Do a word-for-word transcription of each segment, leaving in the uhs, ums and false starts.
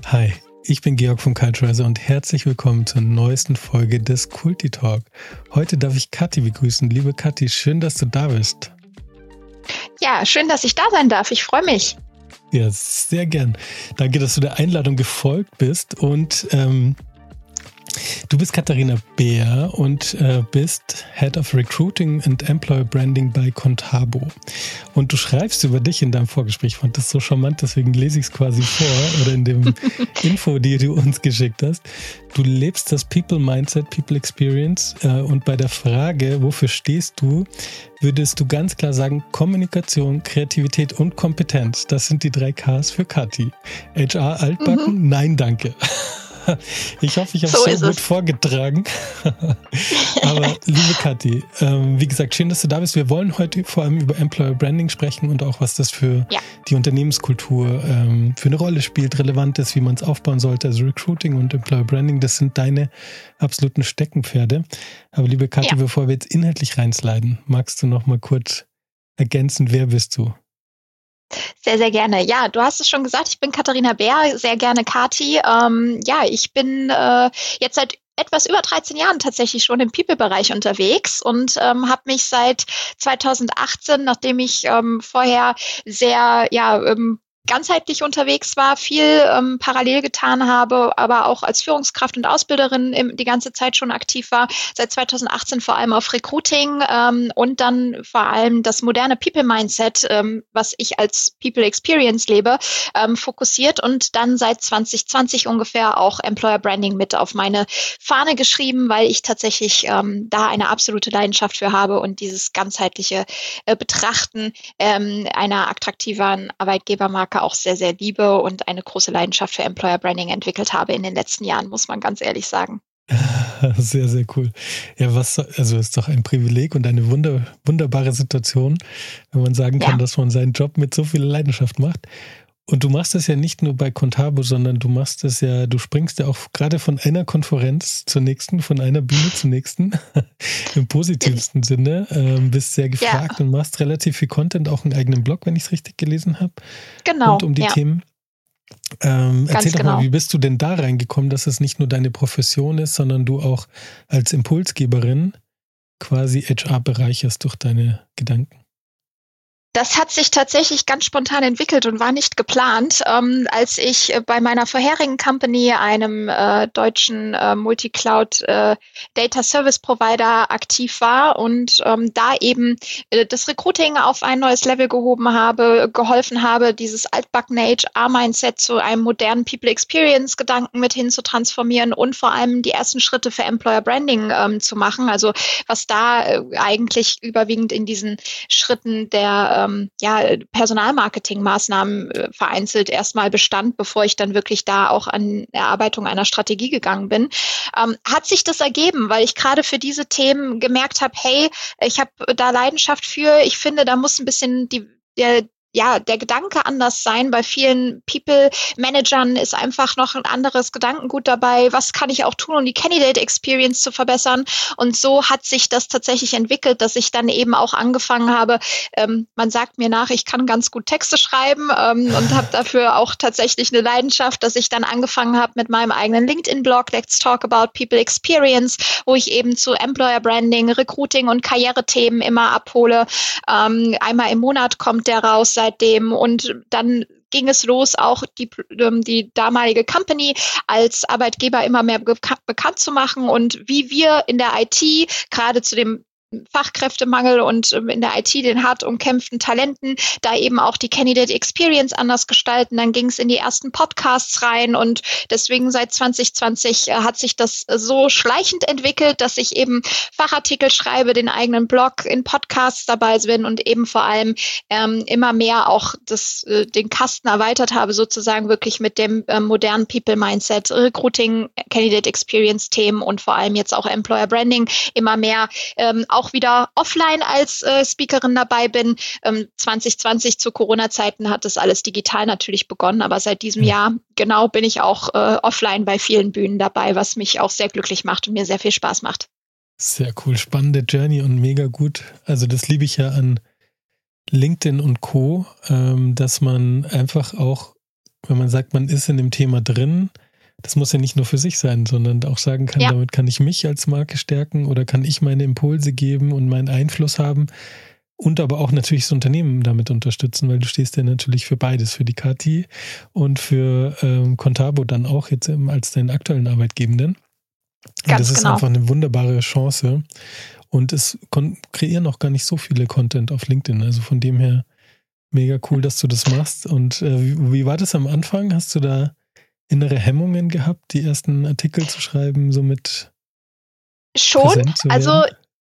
Hi, ich bin Georg vom Culturizer und herzlich willkommen zur neuesten Folge des Kulti Talk. Heute darf ich Kathi begrüßen. Liebe Kathi, schön, dass du da bist. Ja, schön, dass ich da sein darf. Ich freue mich. Ja, sehr gern. Danke, dass du der Einladung gefolgt bist. Und ähm, du bist Katharina Beer und äh, bist Head of Recruiting and Employer Branding bei Contabo. Und du schreibst über dich in deinem Vorgespräch. Ich fand das so charmant, deswegen lese ich es quasi vor oder in dem Info, die du uns geschickt hast. Du lebst das People Mindset, People Experience äh, und bei der Frage, wofür stehst du, würdest du ganz klar sagen, Kommunikation, Kreativität und Kompetenz. Das sind die drei Ks für Kathi. H R altbacken? Mhm. Nein, danke. Ich hoffe, ich habe es so, so gut es. vorgetragen. Aber liebe Kathi, ähm, wie gesagt, schön, dass du da bist. Wir wollen heute vor allem über Employer Branding sprechen und auch, was das für ja. die Unternehmenskultur ähm, für eine Rolle spielt, relevant ist, wie man es aufbauen sollte. Also Recruiting und Employer Branding, das sind deine absoluten Steckenpferde. Aber liebe Kathi, ja. bevor wir jetzt inhaltlich reinsliden, magst du noch mal kurz ergänzen, wer bist du? Sehr, sehr gerne. Ja, du hast es schon gesagt, ich bin Katharina Beer, sehr gerne Kathi. Ähm, ja, ich bin äh, jetzt seit etwas über dreizehn Jahren tatsächlich schon im People-Bereich unterwegs und ähm, habe mich seit zweitausendachtzehn, nachdem ich ähm, vorher sehr, ja, ähm, ganzheitlich unterwegs war, viel ähm, parallel getan habe, aber auch als Führungskraft und Ausbilderin im, die ganze Zeit schon aktiv war, seit zweitausendachtzehn vor allem auf Recruiting ähm, und dann vor allem das moderne People-Mindset, ähm, was ich als People Experience lebe, ähm, fokussiert und dann seit zwanzig zwanzig ungefähr auch Employer Branding mit auf meine Fahne geschrieben, weil ich tatsächlich ähm, da eine absolute Leidenschaft für habe und dieses ganzheitliche äh, Betrachten ähm, einer attraktiven Arbeitgebermarke auch sehr, sehr liebe und eine große Leidenschaft für Employer Branding entwickelt habe in den letzten Jahren, muss man ganz ehrlich sagen. Sehr, sehr cool. Ja, was, also ist doch ein Privileg und eine wunder, wunderbare Situation, wenn man sagen kann, ja. dass man seinen Job mit so viel Leidenschaft macht. Und du machst es ja nicht nur bei Contabo, sondern du machst es ja, du springst ja auch gerade von einer Konferenz zur nächsten, von einer Bühne zur nächsten, im positivsten Sinne, ähm, bist sehr gefragt ja. und machst relativ viel Content, auch einen eigenen Blog, wenn ich es richtig gelesen habe. Genau. Rund um die ja. Themen. Ähm, erzähl doch genau. mal, wie bist du denn da reingekommen, dass es nicht nur deine Profession ist, sondern du auch als Impulsgeberin quasi H R bereicherst durch deine Gedanken? Das hat sich tatsächlich ganz spontan entwickelt und war nicht geplant. Ähm, als ich äh, bei meiner vorherigen Company, einem äh, deutschen äh, Multicloud äh, Data Service Provider, aktiv war und ähm, da eben äh, das Recruiting auf ein neues Level gehoben habe, geholfen habe, dieses altbackene H R-Mindset zu einem modernen People Experience Gedanken mit hin zu transformieren und vor allem die ersten Schritte für Employer Branding ähm, zu machen. Also was da äh, eigentlich überwiegend in diesen Schritten der ähm, ja, Personalmarketing-Maßnahmen äh, vereinzelt erstmal bestand, bevor ich dann wirklich da auch an Erarbeitung einer Strategie gegangen bin, ähm, hat sich das ergeben, weil ich gerade für diese Themen gemerkt habe, hey, ich habe da Leidenschaft für, ich finde, da muss ein bisschen die der ja, der Gedanke anders sein. Bei vielen People-Managern ist einfach noch ein anderes Gedankengut dabei. Was kann ich auch tun, um die Candidate-Experience zu verbessern? Und so hat sich das tatsächlich entwickelt, dass ich dann eben auch angefangen habe, ähm, man sagt mir nach, ich kann ganz gut Texte schreiben ähm, und habe dafür auch tatsächlich eine Leidenschaft, dass ich dann angefangen habe mit meinem eigenen LinkedIn-Blog, Let's Talk About People Experience, wo ich eben zu Employer Branding, Recruiting und Karrierethemen immer abhole. Ähm, einmal im Monat kommt der raus, seitdem und dann ging es los, auch die, die damalige Company als Arbeitgeber immer mehr bekannt, bekannt zu machen und wie wir in der I T gerade zu dem Fachkräftemangel und in der I T den hart umkämpften Talenten, da eben auch die Candidate Experience anders gestalten. Dann ging es in die ersten Podcasts rein und deswegen seit zwanzig zwanzig hat sich das so schleichend entwickelt, dass ich eben Fachartikel schreibe, den eigenen Blog, in Podcasts dabei bin und eben vor allem ähm, immer mehr auch das, äh, den Kasten erweitert habe, sozusagen wirklich mit dem äh, modernen People Mindset, Recruiting, Candidate Experience Themen und vor allem jetzt auch Employer Branding immer mehr ähm, auch wieder offline als äh, Speakerin dabei bin. Ähm, zwanzig zwanzig zu Corona-Zeiten hat das alles digital natürlich begonnen, aber seit diesem ja. Jahr genau bin ich auch äh, offline bei vielen Bühnen dabei, was mich auch sehr glücklich macht und mir sehr viel Spaß macht. Sehr cool, spannende Journey und mega gut. Also das liebe ich ja an LinkedIn und Co., ähm, dass man einfach auch wenn man sagt, man ist in dem Thema drin, das muss ja nicht nur für sich sein, sondern auch sagen kann, ja. damit kann ich mich als Marke stärken oder kann ich meine Impulse geben und meinen Einfluss haben und aber auch natürlich das Unternehmen damit unterstützen, weil du stehst ja natürlich für beides, für die Kathi und für ähm, Contabo dann auch jetzt als deinen aktuellen Arbeitgebenden. Und Ganz das ist genau. einfach eine wunderbare Chance und es kon- kreieren auch gar nicht so viele Content auf LinkedIn, also von dem her mega cool, dass du das machst. Und äh, wie, wie war das am Anfang? Hast du da innere Hemmungen gehabt, die ersten Artikel zu schreiben, somit schon? präsent zu werden? Also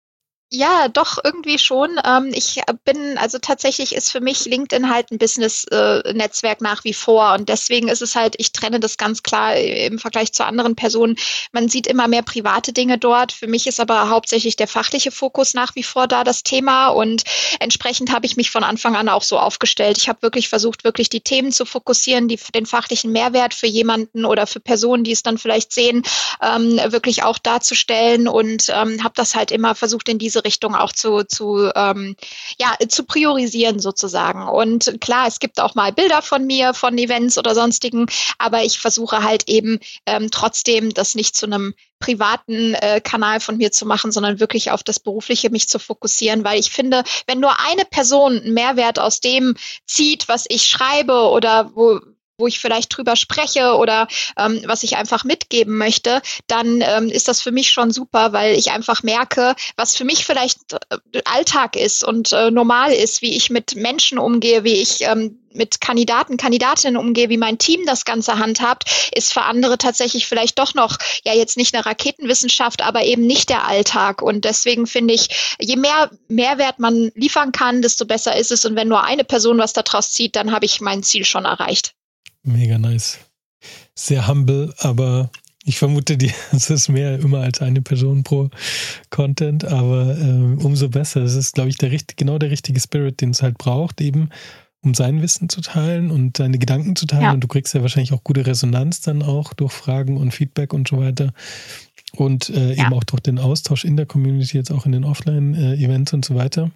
ja, doch, irgendwie schon. Ähm, ich bin, also tatsächlich ist für mich LinkedIn halt ein Business-Netzwerk äh, nach wie vor. Und deswegen ist es halt, ich trenne das ganz klar im Vergleich zu anderen Personen. Man sieht immer mehr private Dinge dort. Für mich ist aber hauptsächlich der fachliche Fokus nach wie vor da das Thema. Und entsprechend habe ich mich von Anfang an auch so aufgestellt. Ich habe wirklich versucht, wirklich die Themen zu fokussieren, die den fachlichen Mehrwert für jemanden oder für Personen, die es dann vielleicht sehen, ähm, wirklich auch darzustellen. Und ähm, habe das halt immer versucht, in diese Richtung auch zu, zu, ähm, ja, zu priorisieren sozusagen. Und klar, es gibt auch mal Bilder von mir, von Events oder sonstigen, aber ich versuche halt eben ähm, trotzdem das nicht zu einem privaten äh, Kanal von mir zu machen, sondern wirklich auf das Berufliche mich zu fokussieren, weil ich finde, wenn nur eine Person einen Mehrwert aus dem zieht, was ich schreibe oder wo wo ich vielleicht drüber spreche oder ähm, was ich einfach mitgeben möchte, dann ähm, ist das für mich schon super, weil ich einfach merke, was für mich vielleicht äh, Alltag ist und äh, normal ist, wie ich mit Menschen umgehe, wie ich ähm, mit Kandidaten, Kandidatinnen umgehe, wie mein Team das Ganze handhabt, ist für andere tatsächlich vielleicht doch noch, ja jetzt nicht eine Raketenwissenschaft, aber eben nicht der Alltag. Und deswegen finde ich, je mehr Mehrwert man liefern kann, desto besser ist es. Und wenn nur eine Person was daraus zieht, dann habe ich mein Ziel schon erreicht. Mega nice. Sehr humble, aber ich vermute, es ist mehr immer als eine Person pro Content, aber äh, umso besser. Das ist, glaube ich, der, genau der richtige Spirit, den es halt braucht, eben um sein Wissen zu teilen und seine Gedanken zu teilen. Ja. Und du kriegst ja wahrscheinlich auch gute Resonanz dann auch durch Fragen und Feedback und so weiter. Und äh, ja. eben auch durch den Austausch in der Community, jetzt auch in den Offline-Events und so weiter.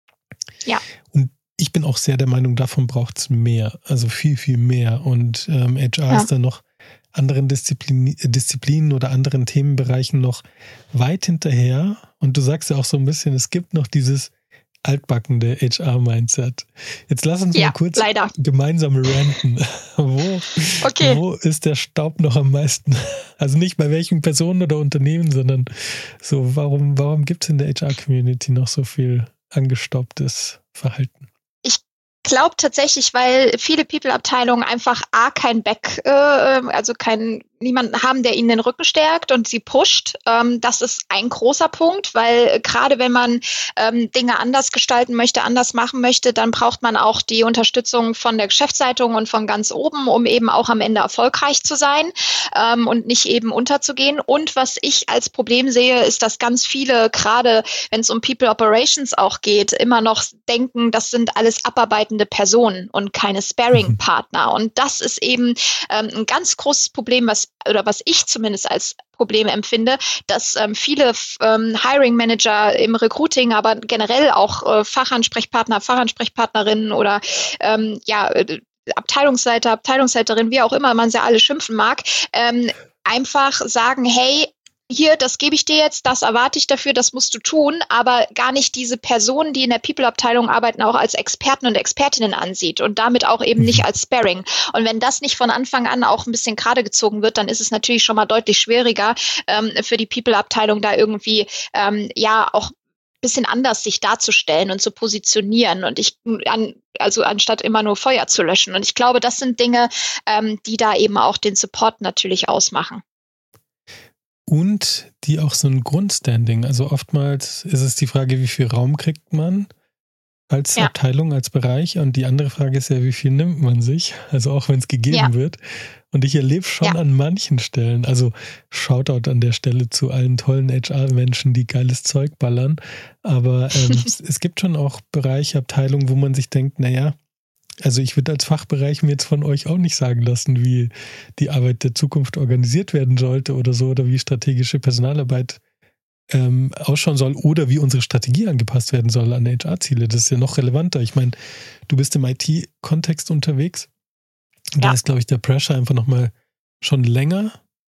Ja. Und ich bin auch sehr der Meinung, davon braucht es mehr, also viel, viel mehr. Und ähm, H R ja. ist da noch anderen Disziplin, Disziplinen oder anderen Themenbereichen noch weit hinterher. Und du sagst ja auch so ein bisschen, es gibt noch dieses altbackende H R-Mindset. Jetzt lass uns ja, mal kurz leider. gemeinsam ranten. wo, okay. wo ist der Staub noch am meisten? Also nicht bei welchen Personen oder Unternehmen, sondern so, warum, warum gibt es in der H R-Community noch so viel angestaubtes Verhalten? Ich glaube tatsächlich, weil viele People-Abteilungen einfach A, kein Back, äh, also kein niemanden haben, der ihnen den Rücken stärkt und sie pusht. Ähm, das ist ein großer Punkt, weil gerade wenn man ähm, Dinge anders gestalten möchte, anders machen möchte, dann braucht man auch die Unterstützung von der Geschäftsleitung und von ganz oben, um eben auch am Ende erfolgreich zu sein ähm, und nicht eben unterzugehen. Und was ich als Problem sehe, ist, dass ganz viele, gerade wenn es um People Operations auch geht, immer noch denken, das sind alles abarbeitende Personen und keine Sparring-Partner. Und das ist eben ähm, ein ganz großes Problem, was oder was ich zumindest als Problem empfinde, dass ähm, viele ähm, Hiring-Manager im Recruiting, aber generell auch äh, Fachansprechpartner, Fachansprechpartnerinnen oder ähm, ja Abteilungsleiter, Abteilungsleiterin, wie auch immer man sie alle schimpfen mag, ähm, einfach sagen, hey, hier, das gebe ich dir jetzt, das erwarte ich dafür, das musst du tun, aber gar nicht diese Personen, die in der People-Abteilung arbeiten, auch als Experten und Expertinnen ansieht und damit auch eben nicht als Sparring. Und wenn das nicht von Anfang an auch ein bisschen gerade gezogen wird, dann ist es natürlich schon mal deutlich schwieriger ähm, für die People-Abteilung da irgendwie ähm, ja auch bisschen anders sich darzustellen und zu positionieren und ich an, also anstatt immer nur Feuer zu löschen. Und ich glaube, das sind Dinge, ähm, die da eben auch den Support natürlich ausmachen. Und die auch so ein Grundstanding. Also oftmals ist es die Frage, wie viel Raum kriegt man als ja. Abteilung, als Bereich. Und die andere Frage ist ja, wie viel nimmt man sich? Also auch wenn es gegeben ja. wird. Und ich erlebe schon ja. an manchen Stellen, also Shoutout an der Stelle zu allen tollen H R-Menschen, die geiles Zeug ballern. Aber ähm, es, es gibt schon auch Bereiche, Abteilungen, wo man sich denkt, naja, also ich würde als Fachbereich mir jetzt von euch auch nicht sagen lassen, wie die Arbeit der Zukunft organisiert werden sollte oder so oder wie strategische Personalarbeit ähm, ausschauen soll oder wie unsere Strategie angepasst werden soll an H R-Ziele. Das ist ja noch relevanter. Ich meine, du bist im I T-Kontext unterwegs Da Ja. ist, glaube ich, der Pressure einfach nochmal schon länger,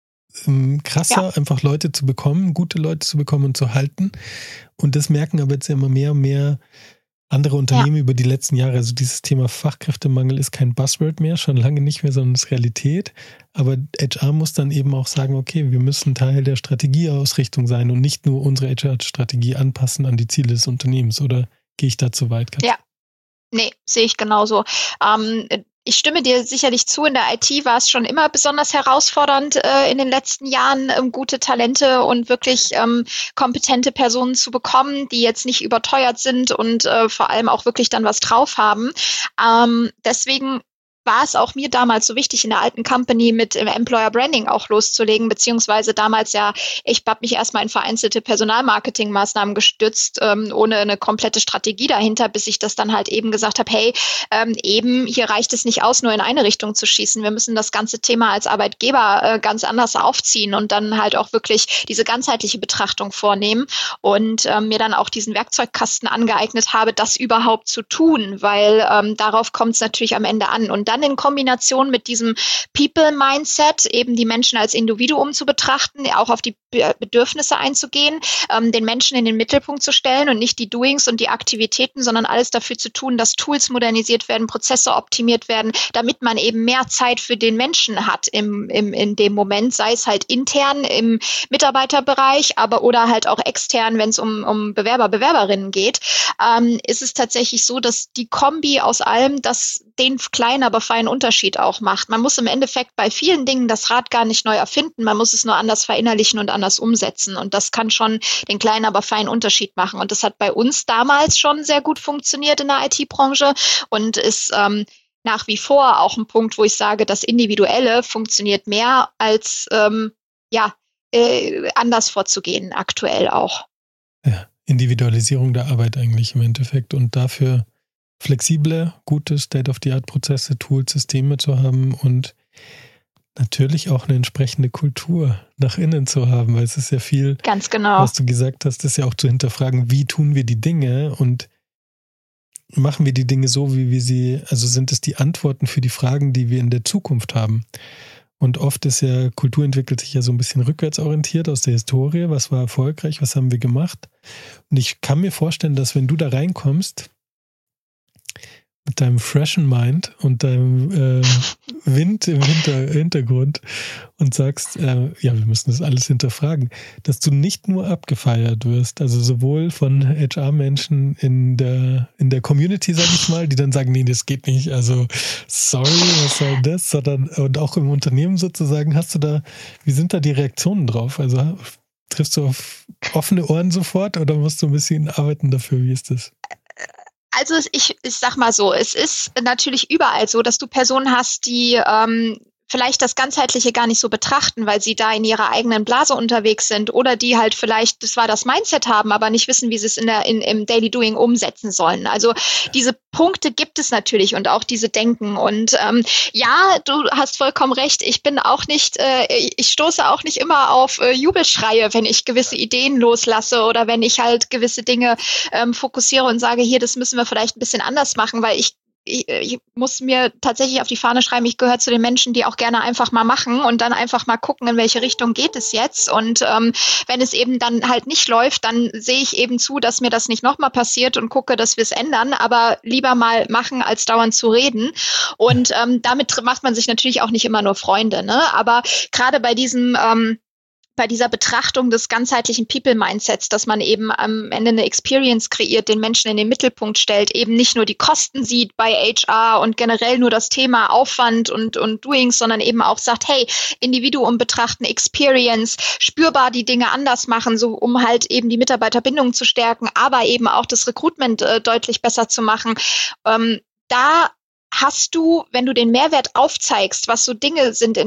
ähm, krasser, Ja. einfach Leute zu bekommen, gute Leute zu bekommen und zu halten. Und das merken aber jetzt immer mehr und mehr andere Unternehmen Ja. über die letzten Jahre. Also dieses Thema Fachkräftemangel ist kein Buzzword mehr, schon lange nicht mehr, sondern es ist Realität. Aber H R muss dann eben auch sagen, okay, wir müssen Teil der Strategieausrichtung sein und nicht nur unsere H R-Strategie anpassen an die Ziele des Unternehmens. Oder gehe ich da zu weit? Katja? Ja. Nee, sehe ich genauso. Ähm, ich stimme dir sicherlich zu, in der I T war es schon immer besonders herausfordernd, äh, in den letzten Jahren ähm, gute Talente und wirklich ähm, kompetente Personen zu bekommen, die jetzt nicht überteuert sind und äh, vor allem auch wirklich dann was drauf haben. Ähm, deswegen war es auch mir damals so wichtig, in der alten Company mit äh, Employer Branding auch loszulegen, beziehungsweise damals ja, ich habe mich erstmal in vereinzelte Personalmarketingmaßnahmen gestützt, ähm, ohne eine komplette Strategie dahinter, bis ich das dann halt eben gesagt habe, hey, ähm, eben, hier reicht es nicht aus, nur in eine Richtung zu schießen. Wir müssen das ganze Thema als Arbeitgeber äh, ganz anders aufziehen und dann halt auch wirklich diese ganzheitliche Betrachtung vornehmen und ähm, mir dann auch diesen Werkzeugkasten angeeignet habe, das überhaupt zu tun, weil ähm, darauf kommt es natürlich am Ende an. Und dann in Kombination mit diesem People-Mindset, eben die Menschen als Individuum zu betrachten, auch auf die Be- Bedürfnisse einzugehen, ähm, den Menschen in den Mittelpunkt zu stellen und nicht die Doings und die Aktivitäten, sondern alles dafür zu tun, dass Tools modernisiert werden, Prozesse optimiert werden, damit man eben mehr Zeit für den Menschen hat im, im, in dem Moment, sei es halt intern im Mitarbeiterbereich, aber oder halt auch extern, wenn es um, um Bewerber, Bewerberinnen geht, ähm, ist es tatsächlich so, dass die Kombi aus allem, das den kleinen, aber feinen Unterschied auch macht. Man muss im Endeffekt bei vielen Dingen das Rad gar nicht neu erfinden, man muss es nur anders verinnerlichen und anders umsetzen und das kann schon den kleinen, aber feinen Unterschied machen und das hat bei uns damals schon sehr gut funktioniert in der I T-Branche und ist ähm, nach wie vor auch ein Punkt, wo ich sage, das Individuelle funktioniert mehr als ähm, ja, äh, anders vorzugehen, aktuell auch. Ja, Individualisierung der Arbeit eigentlich im Endeffekt und dafür flexible, gute State-of-the-Art-Prozesse, Tools, Systeme zu haben und natürlich auch eine entsprechende Kultur nach innen zu haben, weil es ist ja viel, Ganz genau. was du gesagt hast, ist ja auch zu hinterfragen, wie tun wir die Dinge und machen wir die Dinge so, wie wir sie, also sind es die Antworten für die Fragen, die wir in der Zukunft haben. Und oft ist ja, Kultur entwickelt sich ja so ein bisschen rückwärtsorientiert aus der Historie. Was war erfolgreich? Was haben wir gemacht? Und ich kann mir vorstellen, dass wenn du da reinkommst, mit deinem freshen Mind und deinem äh, Wind im Hinter- Hintergrund und sagst, äh, ja, wir müssen das alles hinterfragen, dass du nicht nur abgefeiert wirst, also sowohl von H R-Menschen in der, in der Community, sag ich mal, die dann sagen, nee, das geht nicht, also sorry, was soll das, sondern und auch im Unternehmen sozusagen, hast du da, wie sind da die Reaktionen drauf? Also triffst du auf offene Ohren sofort oder musst du ein bisschen arbeiten dafür? Wie ist das? Also ich, ich sag mal so, es ist natürlich überall so, dass du Personen hast, die ähm, vielleicht das Ganzheitliche gar nicht so betrachten, weil sie da in ihrer eigenen Blase unterwegs sind oder die halt vielleicht, das war das Mindset haben, aber nicht wissen, wie sie es in der, in, im Daily Doing umsetzen sollen. Also diese Punkte gibt es natürlich und auch diese Denken. Und ähm, ja, du hast vollkommen recht, ich bin auch nicht, äh, ich stoße auch nicht immer auf äh, Jubelschreie, wenn ich gewisse Ideen loslasse oder wenn ich halt gewisse Dinge ähm, fokussiere und sage, hier, das müssen wir vielleicht ein bisschen anders machen, weil ich Ich, ich muss mir tatsächlich auf die Fahne schreiben, ich gehöre zu den Menschen, die auch gerne einfach mal machen und dann einfach mal gucken, in welche Richtung geht es jetzt. Und ähm, wenn es eben dann halt nicht läuft, dann sehe ich eben zu, dass mir das nicht nochmal passiert und gucke, dass wir es ändern, aber lieber mal machen, als dauernd zu reden. Und ähm, damit macht man sich natürlich auch nicht immer nur Freunde, ne? Aber gerade bei diesem ähm, bei dieser Betrachtung des ganzheitlichen People-Mindsets, dass man eben am Ende eine Experience kreiert, den Menschen in den Mittelpunkt stellt, eben nicht nur die Kosten sieht bei H R und generell nur das Thema Aufwand und, und Doings, sondern eben auch sagt, hey, Individuum betrachten, Experience, spürbar die Dinge anders machen, so um halt eben die Mitarbeiterbindung zu stärken, aber eben auch das Recruitment äh, deutlich besser zu machen. Ähm, da hast du, wenn du den Mehrwert aufzeigst, was so Dinge sind in den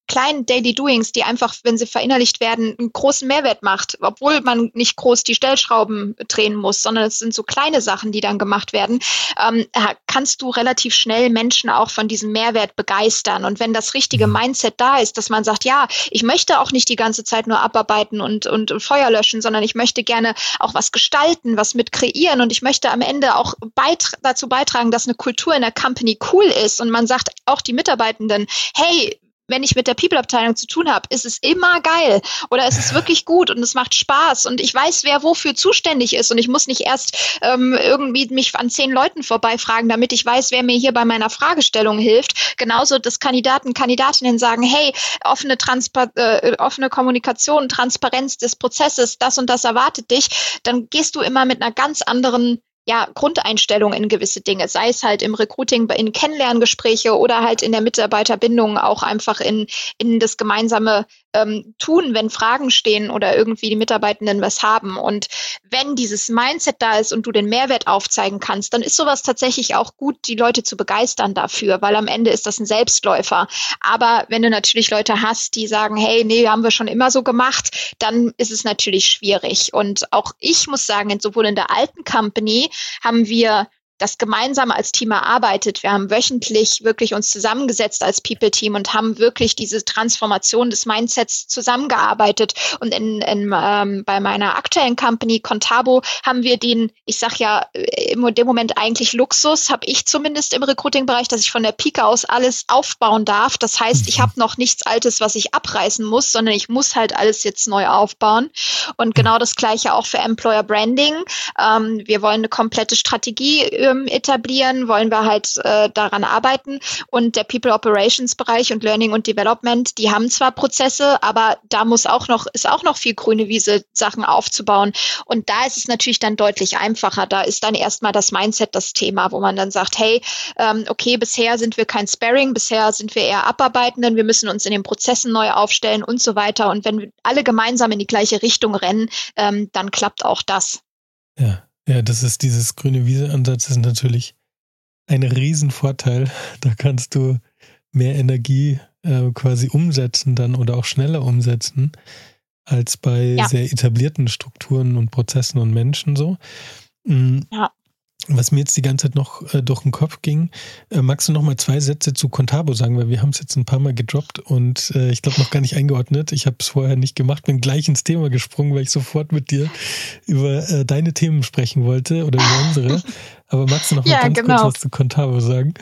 kleinen Daily Doings, die einfach, wenn sie verinnerlicht werden, einen großen Mehrwert macht, obwohl man nicht groß die Stellschrauben drehen muss, sondern es sind so kleine Sachen, die dann gemacht werden, ähm, kannst du relativ schnell Menschen auch von diesem Mehrwert begeistern. Und wenn das richtige Mindset da ist, dass man sagt, ja, ich möchte auch nicht die ganze Zeit nur abarbeiten und, und, und Feuer löschen, sondern ich möchte gerne auch was gestalten, was mit kreieren und ich möchte am Ende auch beit- dazu beitragen, dass eine Kultur in der Company cool ist und man sagt auch die Mitarbeitenden, hey, wenn ich mit der People-Abteilung zu tun habe, ist es immer geil oder es ist wirklich gut und es macht Spaß und ich weiß, wer wofür zuständig ist und ich muss nicht erst ähm, irgendwie mich an zehn Leuten vorbeifragen, damit ich weiß, wer mir hier bei meiner Fragestellung hilft. Genauso, dass Kandidaten, Kandidatinnen sagen, hey, offene, Transpa- äh, offene Kommunikation, Transparenz des Prozesses, das und das erwartet dich, dann gehst du immer mit einer ganz anderen ja, Grundeinstellung in gewisse Dinge, sei es halt im Recruiting, in Kennenlerngespräche oder halt in der Mitarbeiterbindung auch einfach in, in das gemeinsame ähm, Tun, wenn Fragen stehen oder irgendwie die Mitarbeitenden was haben. Und wenn dieses Mindset da ist und du den Mehrwert aufzeigen kannst, dann ist sowas tatsächlich auch gut, die Leute zu begeistern dafür, weil am Ende ist das ein Selbstläufer. Aber wenn du natürlich Leute hast, die sagen, hey, nee, haben wir schon immer so gemacht, dann ist es natürlich schwierig. Und auch ich muss sagen, sowohl in der alten Company haben wir das gemeinsam als Team erarbeitet. Wir haben wöchentlich wirklich uns zusammengesetzt als People-Team und haben wirklich diese Transformation des Mindsets zusammengearbeitet. Und in, in, ähm, bei meiner aktuellen Company, Contabo, haben wir den, ich sag ja, in dem Moment eigentlich Luxus, habe ich zumindest im Recruiting-Bereich, dass ich von der Pike aus alles aufbauen darf. Das heißt, ich habe noch nichts Altes, was ich abreißen muss, sondern ich muss halt alles jetzt neu aufbauen. Und genau das Gleiche auch für Employer Branding. Ähm, wir wollen eine komplette Strategie etablieren, wollen wir halt äh, daran arbeiten. Und der People Operations Bereich und Learning und Development, die haben zwar Prozesse, aber da muss auch noch, ist auch noch viel grüne Wiese, Sachen aufzubauen. Und da ist es natürlich dann deutlich einfacher. Da ist dann erstmal das Mindset das Thema, wo man dann sagt, hey, ähm, okay, bisher sind wir kein Sparring, bisher sind wir eher Abarbeitenden, wir müssen uns in den Prozessen neu aufstellen und so weiter. Und wenn wir alle gemeinsam in die gleiche Richtung rennen, ähm, dann klappt auch das. Ja. Ja, das ist dieses grüne Wiese-Ansatz ist natürlich ein Riesenvorteil. Da kannst du mehr Energie äh, quasi umsetzen dann oder auch schneller umsetzen als bei ja. sehr etablierten Strukturen und Prozessen und Menschen so. Mhm. Ja. Was mir jetzt die ganze Zeit noch äh, durch den Kopf ging, äh, magst du noch mal zwei Sätze zu Contabo sagen, weil wir haben es jetzt ein paar Mal gedroppt und äh, ich glaube noch gar nicht eingeordnet. Ich habe es vorher nicht gemacht, bin gleich ins Thema gesprungen, weil ich sofort mit dir über äh, deine Themen sprechen wollte oder über unsere. Aber magst du noch mal ja, ganz genau. kurz was zu Contabo sagen?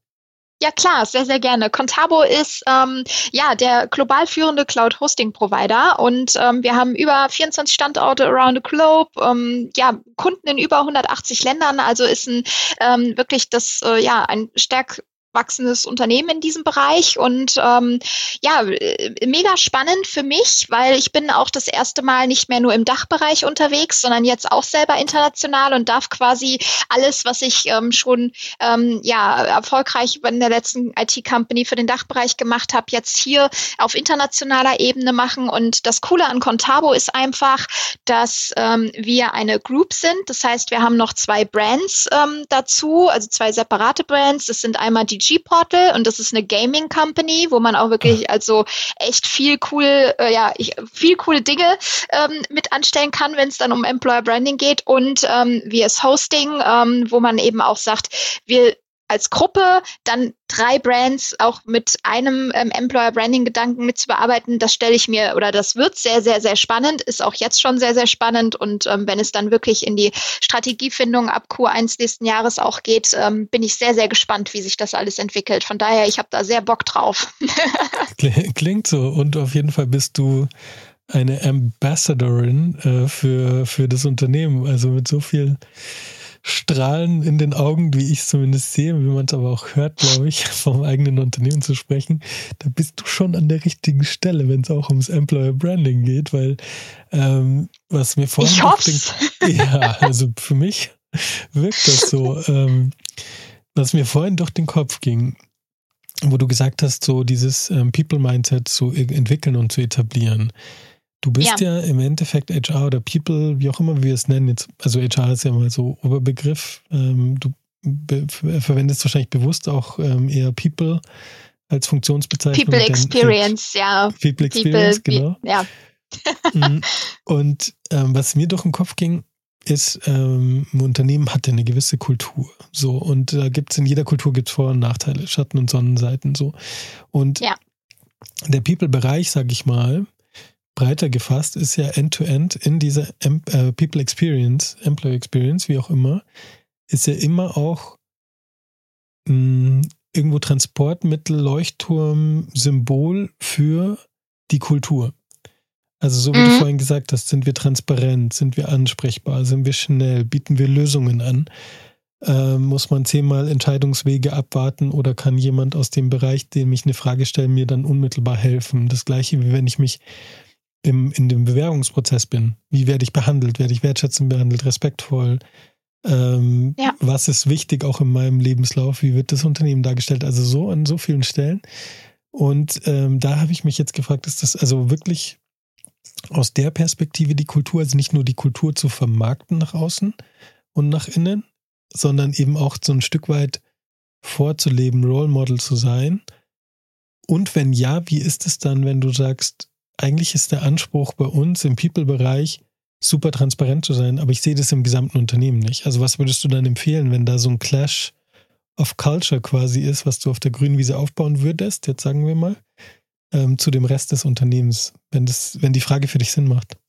Ja klar, sehr, sehr gerne. Contabo ist ähm, ja der global führende Cloud-Hosting-Provider und ähm, wir haben über vierundzwanzig Standorte around the globe, ähm, ja Kunden in über hundertachtzig Ländern, also ist ein ähm, wirklich das äh, ja ein stark wachsendes Unternehmen in diesem Bereich und ähm, ja, mega spannend für mich, weil ich bin auch das erste Mal nicht mehr nur im Dachbereich unterwegs, sondern jetzt auch selber international und darf quasi alles, was ich ähm, schon ähm, ja erfolgreich in der letzten I T-Company für den Dachbereich gemacht habe, jetzt hier auf internationaler Ebene machen. Und das Coole an Contabo ist einfach, dass ähm, wir eine Group sind. Das heißt, wir haben noch zwei Brands ähm, dazu, also zwei separate Brands. Das sind einmal die G-Portal und das ist eine Gaming Company, wo man auch wirklich also echt viel cool, äh, ja, ich, viel coole Dinge ähm, mit anstellen kann, wenn es dann um Employer Branding geht und ähm, V S Hosting, ähm, wo man eben auch sagt, wir als Gruppe dann drei Brands auch mit einem ähm, Employer Branding Gedanken mit zu bearbeiten, das stelle ich mir oder das wird sehr, sehr, sehr spannend, ist auch jetzt schon sehr, sehr spannend und ähm, wenn es dann wirklich in die Strategiefindung ab Q eins nächsten Jahres auch geht, ähm, bin ich sehr, sehr gespannt, wie sich das alles entwickelt. Von daher, ich habe da sehr Bock drauf. Klingt so und auf jeden Fall bist du eine Ambassadorin äh, für, für das Unternehmen, also mit so viel Strahlen in den Augen, wie ich es zumindest sehe, wie man es aber auch hört, glaube ich, vom eigenen Unternehmen zu sprechen, da bist du schon an der richtigen Stelle, wenn es auch ums Employer Branding geht, weil ähm, was mir vorhin... Ich hoff's! Den, ja, also für mich wirkt das so. Ähm, was mir vorhin durch den Kopf ging, wo du gesagt hast, so dieses ähm, People-Mindset zu entwickeln und zu etablieren. Du bist ja. ja im Endeffekt H R oder People, wie auch immer wir es nennen jetzt, also H R ist ja mal so Oberbegriff, ähm, du be- verwendest wahrscheinlich bewusst auch ähm, eher People als Funktionsbezeichnung. People Experience, ja. People Experience, People, genau. Ja. Und ähm, was mir durch den Kopf ging, ist, ähm, ein Unternehmen hat ja eine gewisse Kultur. So, und da gibt es in jeder Kultur gibt's Vor- und Nachteile, Schatten- und Sonnenseiten. So. Und ja. der People-Bereich, sage ich mal, breiter gefasst, ist ja End-to-End in dieser em- äh, People Experience, Employee Experience, wie auch immer, ist ja immer auch mh, irgendwo Transportmittel, Leuchtturm, Symbol für die Kultur. Also so wie mhm. du vorhin gesagt hast, sind wir transparent, sind wir ansprechbar, sind wir schnell, bieten wir Lösungen an, ähm, muss man zehnmal Entscheidungswege abwarten oder kann jemand aus dem Bereich, dem ich eine Frage stelle, mir dann unmittelbar helfen. Das gleiche wie wenn ich mich im, in dem Bewerbungsprozess bin. Wie werde ich behandelt? Werde ich wertschätzend behandelt, respektvoll? Ähm, ja. Was ist wichtig auch in meinem Lebenslauf? Wie wird das Unternehmen dargestellt? Also so an so vielen Stellen. Und ähm, da habe ich mich jetzt gefragt, ist das also wirklich aus der Perspektive die Kultur, also nicht nur die Kultur zu vermarkten nach außen und nach innen, sondern eben auch so ein Stück weit vorzuleben, Role Model zu sein? Und wenn ja, wie ist es dann, wenn du sagst, eigentlich ist der Anspruch bei uns im People-Bereich super transparent zu sein, aber ich sehe das im gesamten Unternehmen nicht. Also was würdest du dann empfehlen, wenn da so ein Clash of Culture quasi ist, was du auf der grünen Wiese aufbauen würdest, jetzt sagen wir mal, ähm, zu dem Rest des Unternehmens, wenn das, wenn die Frage für dich Sinn macht?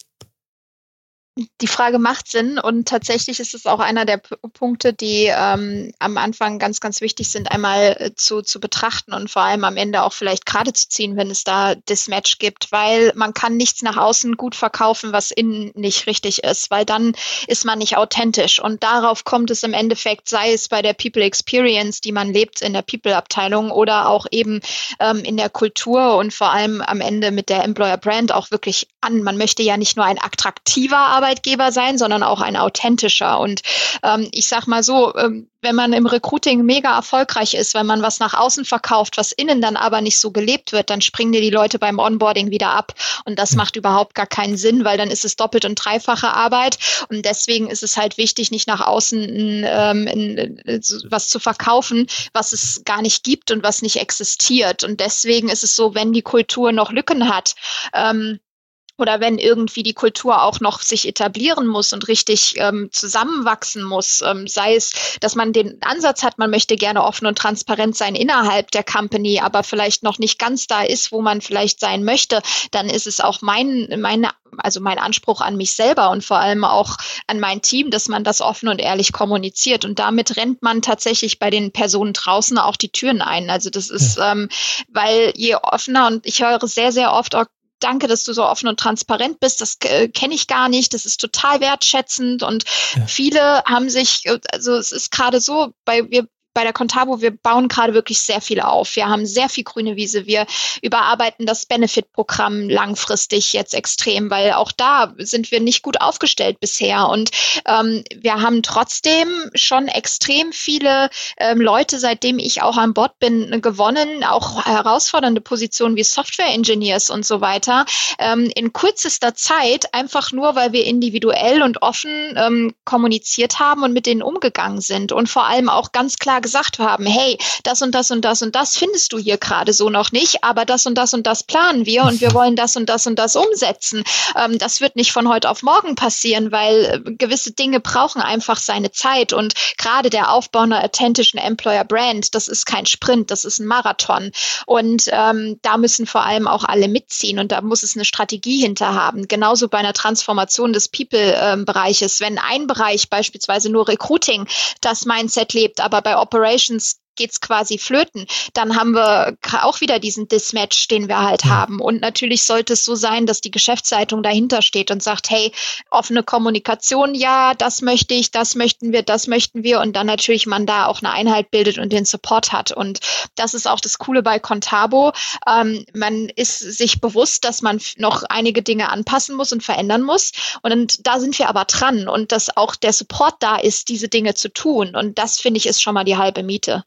Die Frage macht Sinn und tatsächlich ist es auch einer der P- Punkte, die ähm, am Anfang ganz, ganz wichtig sind, einmal äh, zu, zu betrachten und vor allem am Ende auch vielleicht gerade zu ziehen, wenn es da Dismatch gibt, weil man kann nichts nach außen gut verkaufen, was innen nicht richtig ist, weil dann ist man nicht authentisch und darauf kommt es im Endeffekt, sei es bei der People Experience, die man lebt in der People-Abteilung oder auch eben ähm, in der Kultur und vor allem am Ende mit der Employer Brand auch wirklich an. Man möchte ja nicht nur ein attraktiver Arbeitgeber Arbeitgeber sein, sondern auch ein authentischer. Und ähm, ich sag mal so, ähm, wenn man im Recruiting mega erfolgreich ist, wenn man was nach außen verkauft, was innen dann aber nicht so gelebt wird, dann springen dir die Leute beim Onboarding wieder ab. Und das macht überhaupt gar keinen Sinn, weil dann ist es doppelt und dreifache Arbeit. Und deswegen ist es halt wichtig, nicht nach außen ähm, in, in, was zu verkaufen, was es gar nicht gibt und was nicht existiert. Und deswegen ist es so, wenn die Kultur noch Lücken hat, ähm, oder wenn irgendwie die Kultur auch noch sich etablieren muss und richtig ähm, zusammenwachsen muss, ähm, sei es, dass man den Ansatz hat, man möchte gerne offen und transparent sein innerhalb der Company, aber vielleicht noch nicht ganz da ist, wo man vielleicht sein möchte, dann ist es auch mein, meine, also mein Anspruch an mich selber und vor allem auch an mein Team, dass man das offen und ehrlich kommuniziert. Und damit rennt man tatsächlich bei den Personen draußen auch die Türen ein. Also das ist, ja. ähm, weil je offener, und ich höre sehr, sehr oft auch, danke, dass du so offen und transparent bist. Das äh, kenne ich gar nicht. Das ist total wertschätzend. Und ja. viele haben sich, also es ist gerade so, bei wir bei der Contabo, wir bauen gerade wirklich sehr viel auf. Wir haben sehr viel grüne Wiese. Wir überarbeiten das Benefit-Programm langfristig jetzt extrem, weil auch da sind wir nicht gut aufgestellt bisher. Und ähm, wir haben trotzdem schon extrem viele ähm, Leute, seitdem ich auch an Bord bin, gewonnen, auch herausfordernde Positionen wie Software-Engineers und so weiter, ähm, in kürzester Zeit, einfach nur, weil wir individuell und offen ähm, kommuniziert haben und mit denen umgegangen sind und vor allem auch ganz klar gesagt haben, hey, das und das und das und das findest du hier gerade so noch nicht, aber das und das und das planen wir und wir wollen das und das und das umsetzen. Ähm, das wird nicht von heute auf morgen passieren, weil äh, gewisse Dinge brauchen einfach seine Zeit und gerade der Aufbau einer authentischen Employer Brand, das ist kein Sprint, das ist ein Marathon und ähm, da müssen vor allem auch alle mitziehen und da muss es eine Strategie hinter haben. Genauso bei einer Transformation des People-Bereiches, wenn ein Bereich beispielsweise nur Recruiting das Mindset lebt, aber bei Operations geht's quasi flöten, dann haben wir auch wieder diesen Dismatch, den wir halt ja. haben. Und natürlich sollte es so sein, dass die Geschäftsleitung dahinter steht und sagt, hey, offene Kommunikation, ja, das möchte ich, das möchten wir, das möchten wir und dann natürlich man da auch eine Einheit bildet und den Support hat. Und das ist auch das Coole bei Contabo. Ähm, man ist sich bewusst, dass man noch einige Dinge anpassen muss und verändern muss. Und da sind wir aber dran und dass auch der Support da ist, diese Dinge zu tun. Und das, finde ich, ist schon mal die halbe Miete.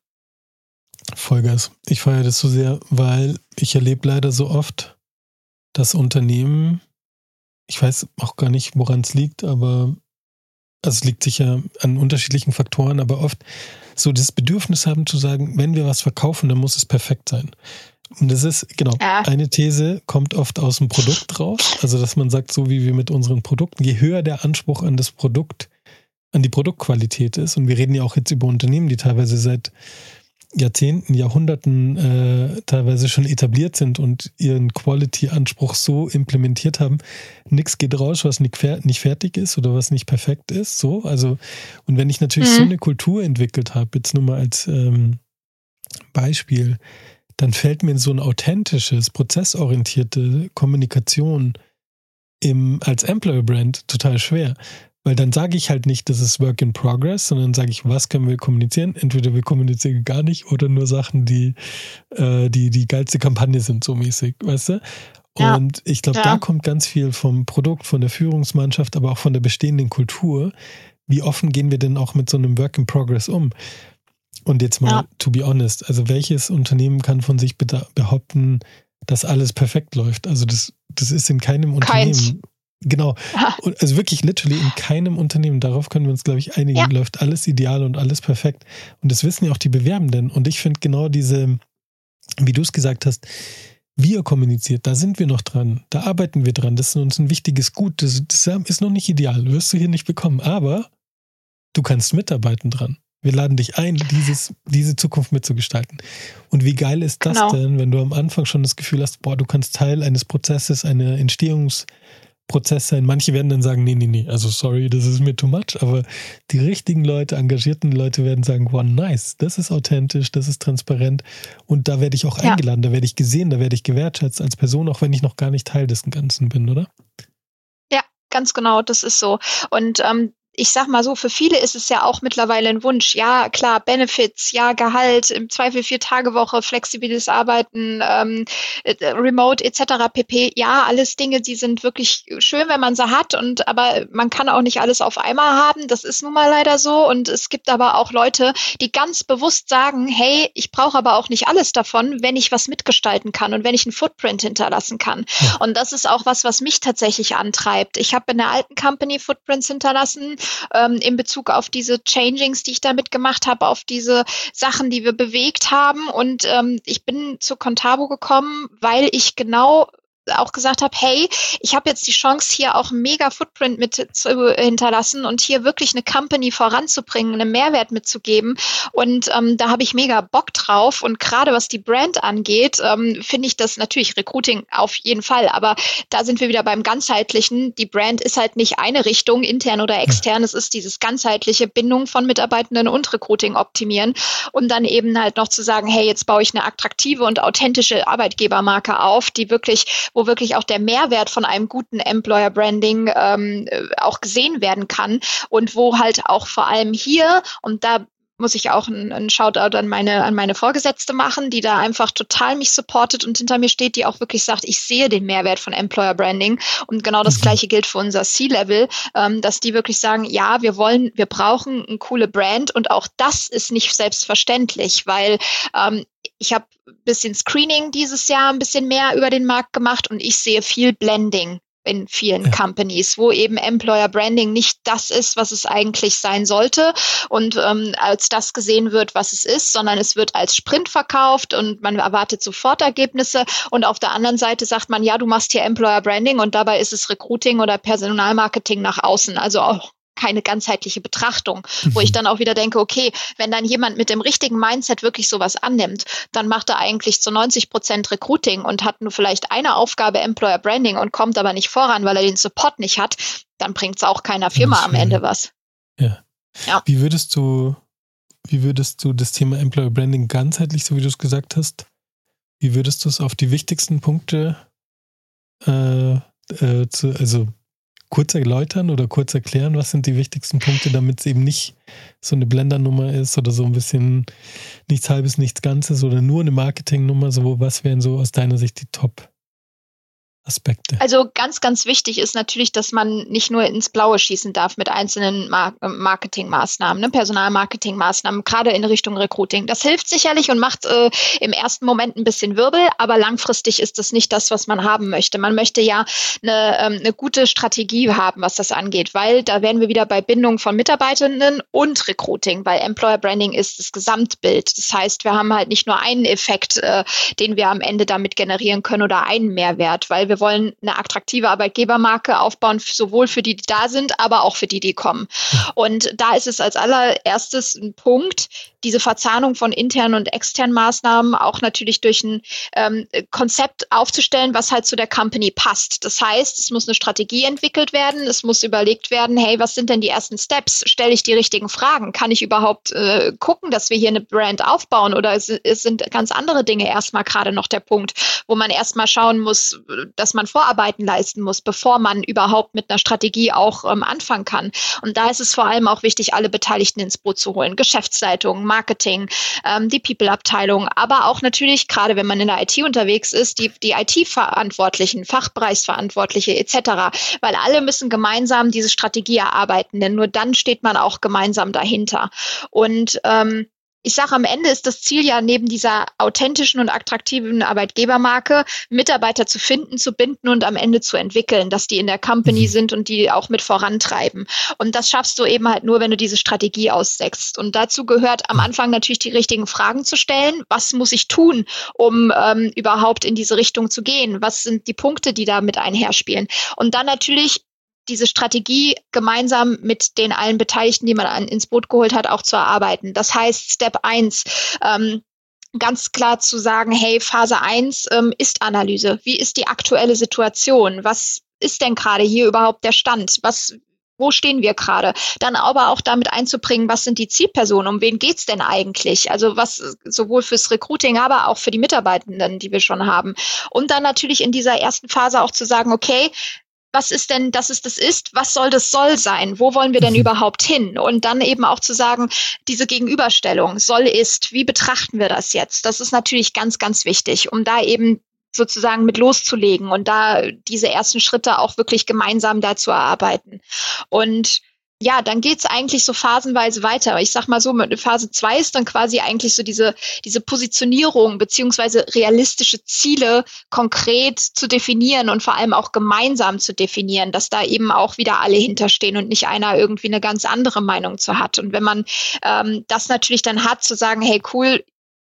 Vollgas. Ich feiere das so sehr, weil ich erlebe leider so oft, dass Unternehmen, ich weiß auch gar nicht, woran es liegt, aber also es liegt sicher an unterschiedlichen Faktoren, aber oft so das Bedürfnis haben zu sagen, wenn wir was verkaufen, dann muss es perfekt sein. Und das ist, genau, Ja. eine These kommt oft aus dem Produkt raus. Also, dass man sagt, so wie wir mit unseren Produkten, je höher der Anspruch an das Produkt, an die Produktqualität ist, und wir reden ja auch jetzt über Unternehmen, die teilweise seit Jahrzehnten, Jahrhunderten äh, teilweise schon etabliert sind und ihren Quality-Anspruch so implementiert haben, nichts geht raus, was nicht, fer- nicht fertig ist oder was nicht perfekt ist. So, also, und wenn ich natürlich Mhm. so eine Kultur entwickelt habe, jetzt nur mal als ähm, Beispiel, dann fällt mir so ein authentisches, prozessorientierte Kommunikation im, als Employer Brand total schwer. Weil dann sage ich halt nicht, das ist Work in Progress, sondern sage ich, was können wir kommunizieren? Entweder wir kommunizieren gar nicht oder nur Sachen, die äh, die, die geilste Kampagne sind, so mäßig, weißt du? Ja. Und ich glaube, Ja. da kommt ganz viel vom Produkt, von der Führungsmannschaft, aber auch von der bestehenden Kultur. Wie offen gehen wir denn auch mit so einem Work in Progress um? Und jetzt mal, Ja. to be honest, also welches Unternehmen kann von sich beda- behaupten, dass alles perfekt läuft? Also das, das ist in keinem Keins. Unternehmen. Genau. Ja. Und also wirklich literally in keinem Unternehmen, darauf können wir uns, glaube ich, einigen, Ja. läuft alles ideal und alles perfekt. Und das wissen ja auch die Bewerbenden. Und ich finde genau diese, wie du es gesagt hast, wie ihr kommuniziert, da sind wir noch dran, da arbeiten wir dran, das ist uns ein wichtiges Gut, das, das ist noch nicht ideal, wirst du hier nicht bekommen, aber du kannst mitarbeiten dran. Wir laden dich ein, dieses, diese Zukunft mitzugestalten. Und wie geil ist das Genau. denn, wenn du am Anfang schon das Gefühl hast, boah, du kannst Teil eines Prozesses, einer Entstehungsprozess sein. Manche werden dann sagen, nee, nee, nee, also sorry, das ist mir too much, aber die richtigen Leute, engagierten Leute werden sagen, wow, nice, das ist authentisch, das ist transparent und da werde ich auch Ja. eingeladen, da werde ich gesehen, da werde ich gewertschätzt als Person, auch wenn ich noch gar nicht Teil des Ganzen bin, oder? Ja, ganz genau, das ist so. Und ähm, ich sag mal so, für viele ist es ja auch mittlerweile ein Wunsch. Ja, klar, Benefits, ja, Gehalt, im Zweifel Vier-Tage-Woche, flexibles Arbeiten, ähm, äh, Remote et cetera pp. Ja, alles Dinge, die sind wirklich schön, wenn man sie hat. Und aber man kann auch nicht alles auf einmal haben. Das ist nun mal leider so. Und es gibt aber auch Leute, die ganz bewusst sagen, hey, ich brauche aber auch nicht alles davon, wenn ich was mitgestalten kann und wenn ich einen Footprint hinterlassen kann. Ja. Und das ist auch was, was mich tatsächlich antreibt. Ich habe in der alten Company Footprints hinterlassen, ähm, in Bezug auf diese Changings, die ich da mitgemacht habe, auf diese Sachen, die wir bewegt haben. Und ähm, ich bin zu Contabo gekommen, weil ich genau auch gesagt habe, hey, ich habe jetzt die Chance, hier auch einen mega Footprint mit zu hinterlassen und hier wirklich eine Company voranzubringen, einen Mehrwert mitzugeben. Und ähm, da habe ich mega Bock drauf. Und gerade was die Brand angeht, ähm, finde ich das natürlich Recruiting auf jeden Fall. Aber da sind wir wieder beim Ganzheitlichen. Die Brand ist halt nicht eine Richtung, intern oder extern. Es ist dieses ganzheitliche Bindung von Mitarbeitenden und Recruiting optimieren. Und dann eben halt noch zu sagen, hey, jetzt baue ich eine attraktive und authentische Arbeitgebermarke auf, die wirklich, wo wirklich auch der Mehrwert von einem guten Employer Branding ähm, auch gesehen werden kann und wo halt auch vor allem hier, und da muss ich auch einen, einen Shoutout an meine, an meine Vorgesetzte machen, die da einfach total mich supportet und hinter mir steht, die auch wirklich sagt, ich sehe den Mehrwert von Employer Branding. Und genau das Mhm. Gleiche gilt für unser C-Level, ähm, dass die wirklich sagen, ja, wir wollen, wir brauchen eine coole Brand und auch das ist nicht selbstverständlich, weil ähm, ich habe ein bisschen Screening dieses Jahr, ein bisschen mehr über den Markt gemacht und ich sehe viel Blending in vielen Ja. Companies, wo eben Employer Branding nicht das ist, was es eigentlich sein sollte und ähm, als das gesehen wird, was es ist, sondern es wird als Sprint verkauft und man erwartet sofort Ergebnisse und auf der anderen Seite sagt man, ja, du machst hier Employer Branding und dabei ist es Recruiting oder Personalmarketing nach außen, also auch keine ganzheitliche Betrachtung, wo ich dann auch wieder denke, okay, wenn dann jemand mit dem richtigen Mindset wirklich sowas annimmt, dann macht er eigentlich zu neunzig Prozent Recruiting und hat nur vielleicht eine Aufgabe Employer Branding und kommt aber nicht voran, weil er den Support nicht hat, dann bringt es auch keiner Firma am Ende was. Ja. Ja. Wie würdest du, wie würdest du das Thema Employer Branding ganzheitlich, so wie du es gesagt hast, wie würdest du es auf die wichtigsten Punkte äh, äh, zu, also kurz erläutern oder kurz erklären, was sind die wichtigsten Punkte, damit es eben nicht so eine Blendernummer ist oder so ein bisschen nichts Halbes, nichts Ganzes oder nur eine Marketingnummer, so was wären so aus deiner Sicht die Top Aspekte? Also ganz, ganz wichtig ist natürlich, dass man nicht nur ins Blaue schießen darf mit einzelnen Mar- Marketingmaßnahmen, ne? Personalmarketingmaßnahmen, gerade in Richtung Recruiting. Das hilft sicherlich und macht äh, im ersten Moment ein bisschen Wirbel, aber langfristig ist das nicht das, was man haben möchte. Man möchte ja eine, ähm, eine gute Strategie haben, was das angeht, weil da wären wir wieder bei Bindung von Mitarbeitenden und Recruiting, weil Employer Branding ist das Gesamtbild. Das heißt, wir haben halt nicht nur einen Effekt, äh, den wir am Ende damit generieren können oder einen Mehrwert, weil wir wollen eine attraktive Arbeitgebermarke aufbauen, sowohl für die, die da sind, aber auch für die, die kommen. Und da ist es als allererstes ein Punkt, diese Verzahnung von internen und externen Maßnahmen auch natürlich durch ein ähm, Konzept aufzustellen, was halt zu der Company passt. Das heißt, es muss eine Strategie entwickelt werden, es muss überlegt werden, hey, was sind denn die ersten Steps? Stelle ich die richtigen Fragen? Kann ich überhaupt äh, gucken, dass wir hier eine Brand aufbauen? Oder es, es sind ganz andere Dinge erstmal gerade noch der Punkt, wo man erstmal schauen muss, dass man Vorarbeiten leisten muss, bevor man überhaupt mit einer Strategie auch ähm, anfangen kann. Und da ist es vor allem auch wichtig, alle Beteiligten ins Boot zu holen. Geschäftsleitung, Marketing, ähm, die People-Abteilung, aber auch natürlich, gerade wenn man in der I T unterwegs ist, die, die I T-Verantwortlichen, Fachbereichsverantwortliche et cetera, weil alle müssen gemeinsam diese Strategie erarbeiten, denn nur dann steht man auch gemeinsam dahinter. Und ähm, ich sage, am Ende ist das Ziel ja neben dieser authentischen und attraktiven Arbeitgebermarke, Mitarbeiter zu finden, zu binden und am Ende zu entwickeln, dass die in der Company sind und die auch mit vorantreiben. Und das schaffst du eben halt nur, wenn du diese Strategie aussetzt. Und dazu gehört am Anfang natürlich die richtigen Fragen zu stellen. Was muss ich tun, um ähm, überhaupt in diese Richtung zu gehen? Was sind die Punkte, die da mit einherspielen? Und dann natürlich diese Strategie gemeinsam mit den allen Beteiligten, die man an, ins Boot geholt hat, auch zu erarbeiten. Das heißt, Step eins, ähm, ganz klar zu sagen, hey, Phase eins ähm, ist Analyse. Wie ist die aktuelle Situation? Was ist denn gerade hier überhaupt der Stand? Was Wo stehen wir gerade? Dann aber auch damit einzubringen, was sind die Zielpersonen? Um wen geht's denn eigentlich? Also was sowohl fürs Recruiting, aber auch für die Mitarbeitenden, die wir schon haben. Und dann natürlich in dieser ersten Phase auch zu sagen, okay, was ist denn, dass es das ist? Was soll das soll sein? Wo wollen wir denn mhm. überhaupt hin? Und dann eben auch zu sagen, diese Gegenüberstellung, soll ist, wie betrachten wir das jetzt? Das ist natürlich ganz, ganz wichtig, um da eben sozusagen mit loszulegen und da diese ersten Schritte auch wirklich gemeinsam da zu erarbeiten. Und ja, dann geht's eigentlich so phasenweise weiter. Ich sag mal so, mit Phase zwei ist dann quasi eigentlich so diese diese Positionierung beziehungsweise realistische Ziele konkret zu definieren und vor allem auch gemeinsam zu definieren, dass da eben auch wieder alle hinterstehen und nicht einer irgendwie eine ganz andere Meinung zu hat. Und wenn man ähm, das natürlich dann hat, zu sagen, hey cool,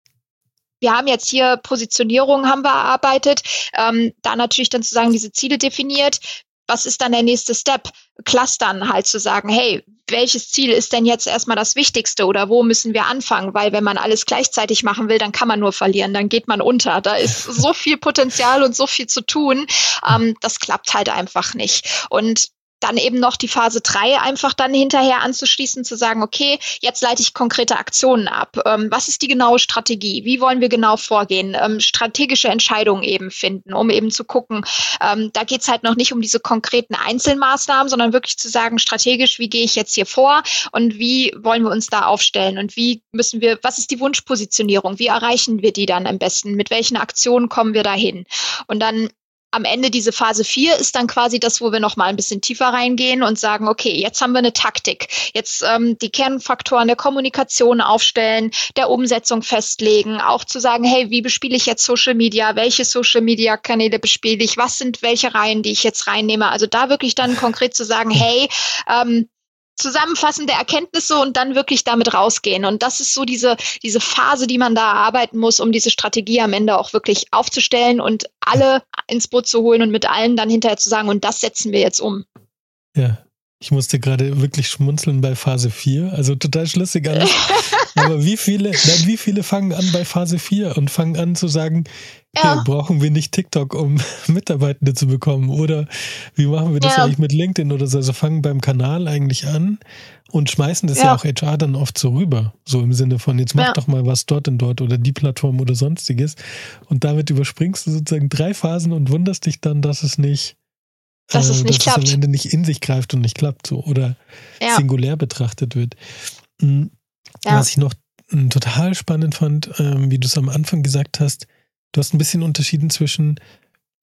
wir haben jetzt hier Positionierung, haben wir erarbeitet, ähm, da natürlich dann zu sagen, diese Ziele definiert. Was ist dann der nächste Step? Clustern halt zu sagen, hey, welches Ziel ist denn jetzt erstmal das Wichtigste oder wo müssen wir anfangen? Weil wenn man alles gleichzeitig machen will, dann kann man nur verlieren, dann geht man unter. Da ist so viel Potenzial und so viel zu tun, ähm, das klappt halt einfach nicht. Und dann eben noch die Phase drei einfach dann hinterher anzuschließen, zu sagen, okay, jetzt leite ich konkrete Aktionen ab. Ähm, was ist die genaue Strategie? Wie wollen wir genau vorgehen? Ähm, strategische Entscheidungen eben finden, um eben zu gucken, ähm, da geht's halt noch nicht um diese konkreten Einzelmaßnahmen, sondern wirklich zu sagen, strategisch, wie gehe ich jetzt hier vor und wie wollen wir uns da aufstellen und wie müssen wir, was ist die Wunschpositionierung? Wie erreichen wir die dann am besten? Mit welchen Aktionen kommen wir dahin? Und dann am Ende diese Phase vier ist dann quasi das, wo wir noch mal ein bisschen tiefer reingehen und sagen, okay, jetzt haben wir eine Taktik. Jetzt ähm, die Kernfaktoren der Kommunikation aufstellen, der Umsetzung festlegen, auch zu sagen, hey, wie bespiele ich jetzt Social Media? Welche Social Media Kanäle bespiele ich? Was sind welche Reihen, die ich jetzt reinnehme? Also da wirklich dann konkret zu sagen, hey, ähm, zusammenfassende Erkenntnisse und dann wirklich damit rausgehen. Und das ist so diese, diese Phase, die man da erarbeiten muss, um diese Strategie am Ende auch wirklich aufzustellen und alle ins Boot zu holen und mit allen dann hinterher zu sagen, und das setzen wir jetzt um. Ja, ich musste gerade wirklich schmunzeln bei Phase vier, also total schlüssig alles. Aber wie viele, nein, wie viele fangen an bei Phase vier und fangen an zu sagen, ja. Hey, brauchen wir nicht TikTok, um Mitarbeitende zu bekommen? Oder wie machen wir das ja. eigentlich mit LinkedIn oder so? Also fangen beim Kanal eigentlich an und schmeißen das ja, ja auch H R dann oft so rüber. So im Sinne von, jetzt mach ja. doch mal was dort und dort oder die Plattform oder sonstiges. Und damit überspringst du sozusagen drei Phasen und wunderst dich dann, dass es nicht, dass äh, es nicht dass klappt. es am Ende nicht in sich greift und nicht klappt so oder ja. singulär betrachtet wird. Mhm. Ja. Was ich noch m, total spannend fand, ähm, wie du es am Anfang gesagt hast, du hast ein bisschen unterschieden zwischen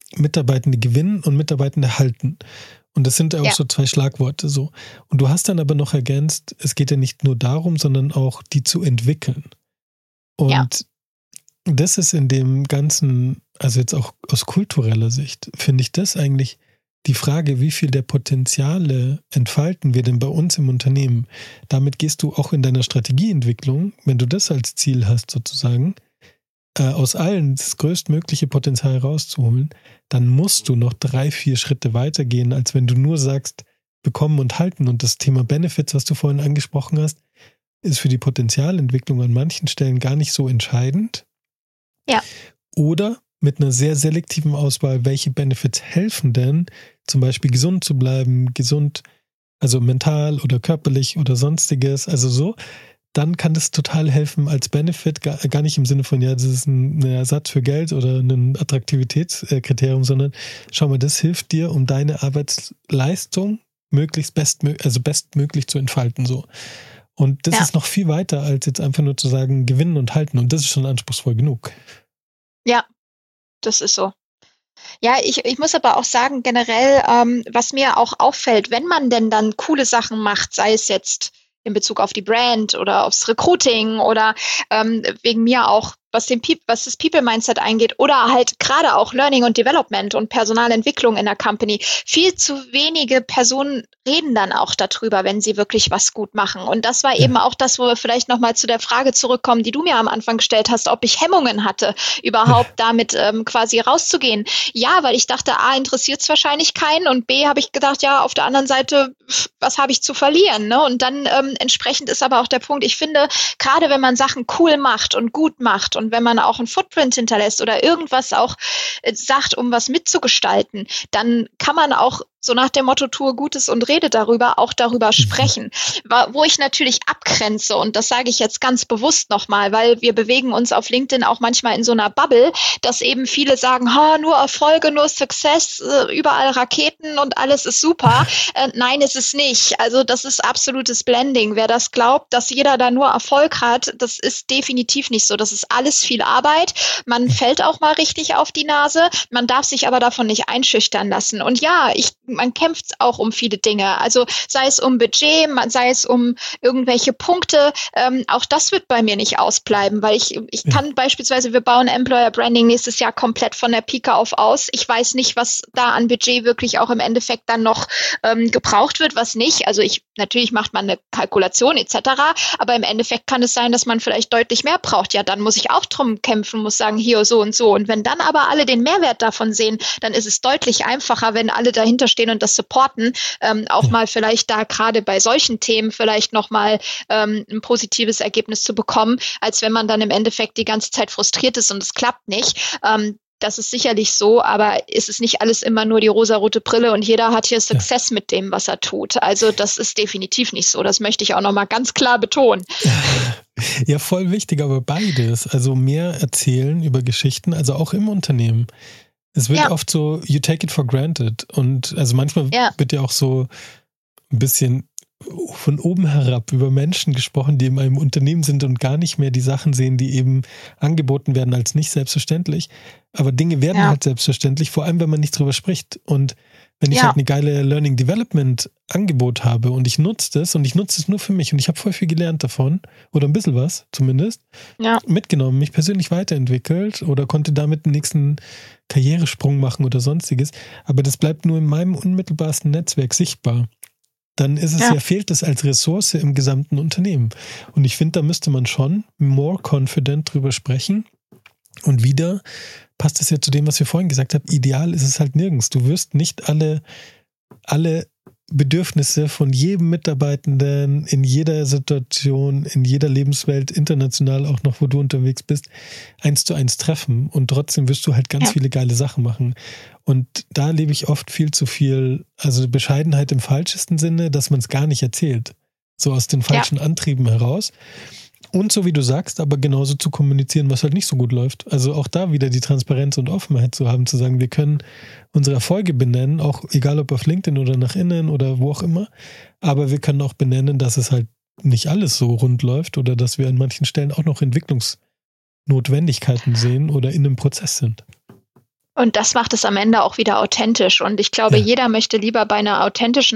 Mitarbeitende gewinnen und Mitarbeitende halten. Und das sind ja auch ja. so zwei Schlagworte so. Und du hast dann aber noch ergänzt, es geht ja nicht nur darum, sondern auch die zu entwickeln. Und ja. das ist in dem Ganzen, also jetzt auch aus kultureller Sicht, finde ich das eigentlich die Frage, wie viel der Potenziale entfalten wir denn bei uns im Unternehmen. Damit gehst du auch in deiner Strategieentwicklung, wenn du das als Ziel hast sozusagen, äh, aus allen das größtmögliche Potenzial rauszuholen, dann musst du noch drei, vier Schritte weitergehen, als wenn du nur sagst, bekommen und halten. Und das Thema Benefits, was du vorhin angesprochen hast, ist für die Potenzialentwicklung an manchen Stellen gar nicht so entscheidend. Ja. Oder mit einer sehr selektiven Auswahl, welche Benefits helfen denn, zum Beispiel gesund zu bleiben, gesund, also mental oder körperlich oder sonstiges, also so, dann kann das total helfen als Benefit, gar, gar nicht im Sinne von, ja, das ist ein, ein Ersatz für Geld oder ein Attraktivitätskriterium, sondern schau mal, das hilft dir, um deine Arbeitsleistung möglichst bestmöglich, also bestmöglich zu entfalten, so. Und das ja. ist noch viel weiter, als jetzt einfach nur zu sagen, gewinnen und halten. Und das ist schon anspruchsvoll genug. Ja, das ist so. Ja, ich, ich muss aber auch sagen, generell, ähm, was mir auch auffällt, wenn man denn dann coole Sachen macht, sei es jetzt in Bezug auf die Brand oder aufs Recruiting oder ähm, wegen mir auch, was den Pe- was das People-Mindset eingeht oder halt gerade auch Learning und Development und Personalentwicklung in der Company. Viel zu wenige Personen reden dann auch darüber, wenn sie wirklich was gut machen. Und das war ja. eben auch das, wo wir vielleicht nochmal zu der Frage zurückkommen, die du mir am Anfang gestellt hast, ob ich Hemmungen hatte, überhaupt ja. damit ähm, quasi rauszugehen. Ja, weil ich dachte, A, interessiert es wahrscheinlich keinen und B, habe ich gedacht, ja, auf der anderen Seite, was habe ich zu verlieren? Ne? Und dann ähm, entsprechend ist aber auch der Punkt, ich finde, gerade wenn man Sachen cool macht und gut macht und wenn man auch einen Footprint hinterlässt oder irgendwas auch äh, sagt, um was mitzugestalten, dann kann man auch so nach dem Motto, tue Gutes und rede darüber, auch darüber sprechen. Wo ich natürlich abgrenze, und das sage ich jetzt ganz bewusst nochmal, weil wir bewegen uns auf LinkedIn auch manchmal in so einer Bubble, dass eben viele sagen, ha, nur Erfolge, nur Success, überall Raketen und alles ist super. Äh, nein, ist es nicht. Also das ist absolutes Blending. Wer das glaubt, dass jeder da nur Erfolg hat, das ist definitiv nicht so. Das ist alles viel Arbeit. Man fällt auch mal richtig auf die Nase. Man darf sich aber davon nicht einschüchtern lassen. Und ja, ich man kämpft auch um viele Dinge. Also sei es um Budget, sei es um irgendwelche Punkte. Ähm, auch das wird bei mir nicht ausbleiben, weil ich, ich kann ja. beispielsweise, wir bauen Employer Branding nächstes Jahr komplett von der Pike auf aus. Ich weiß nicht, was da an Budget wirklich auch im Endeffekt dann noch ähm, gebraucht wird, was nicht. Also ich, natürlich macht man eine Kalkulation et cetera, aber im Endeffekt kann es sein, dass man vielleicht deutlich mehr braucht. Ja, dann muss ich auch drum kämpfen, muss sagen, hier so und so. Und wenn dann aber alle den Mehrwert davon sehen, dann ist es deutlich einfacher, wenn alle dahinter stehen und das supporten, ähm, auch ja. mal vielleicht da gerade bei solchen Themen vielleicht nochmal ähm, ein positives Ergebnis zu bekommen, als wenn man dann im Endeffekt die ganze Zeit frustriert ist und es klappt nicht. Ähm, das ist sicherlich so, aber es ist nicht alles immer nur die rosarote Brille und jeder hat hier Success ja. mit dem, was er tut. Also das ist definitiv nicht so. Das möchte ich auch nochmal ganz klar betonen. Ja, voll wichtig, aber beides. Also mehr erzählen über Geschichten, also auch im Unternehmen. Es wird ja. oft so, you take it for granted. Und also manchmal ja. wird ja auch so ein bisschen von oben herab über Menschen gesprochen, die in einem Unternehmen sind und gar nicht mehr die Sachen sehen, die eben angeboten werden als nicht selbstverständlich. Aber Dinge werden ja. halt selbstverständlich, vor allem wenn man nicht drüber spricht. Und wenn ich ja. halt eine geile Learning Development Angebot habe und ich nutze das und ich nutze es nur für mich und ich habe voll viel gelernt davon oder ein bisschen was zumindest ja. mitgenommen, mich persönlich weiterentwickelt oder konnte damit den nächsten Karrieresprung machen oder sonstiges, aber das bleibt nur in meinem unmittelbarsten Netzwerk sichtbar. Dann ist es ja. ja, fehlt es als Ressource im gesamten Unternehmen. Und ich finde, da müsste man schon more confident drüber sprechen. Und wieder passt es ja zu dem, was wir vorhin gesagt haben. Ideal ist es halt nirgends. Du wirst nicht alle, alle Bedürfnisse von jedem Mitarbeitenden in jeder Situation, in jeder Lebenswelt, international auch noch, wo du unterwegs bist, eins zu eins treffen. Und trotzdem wirst du halt ganz ja. viele geile Sachen machen. Und da lebe ich oft viel zu viel, also Bescheidenheit im falschesten Sinne, dass man es gar nicht erzählt. So aus den falschen ja. Antrieben heraus. Und so wie du sagst, aber genauso zu kommunizieren, was halt nicht so gut läuft. Also auch da wieder die Transparenz und Offenheit zu haben, zu sagen, wir können unsere Erfolge benennen, auch egal ob auf LinkedIn oder nach innen oder wo auch immer. Aber wir können auch benennen, dass es halt nicht alles so rund läuft oder dass wir an manchen Stellen auch noch Entwicklungsnotwendigkeiten sehen oder in einem Prozess sind. Und das macht es am Ende auch wieder authentisch. Und ich glaube, ja. jeder möchte lieber bei einer authentischen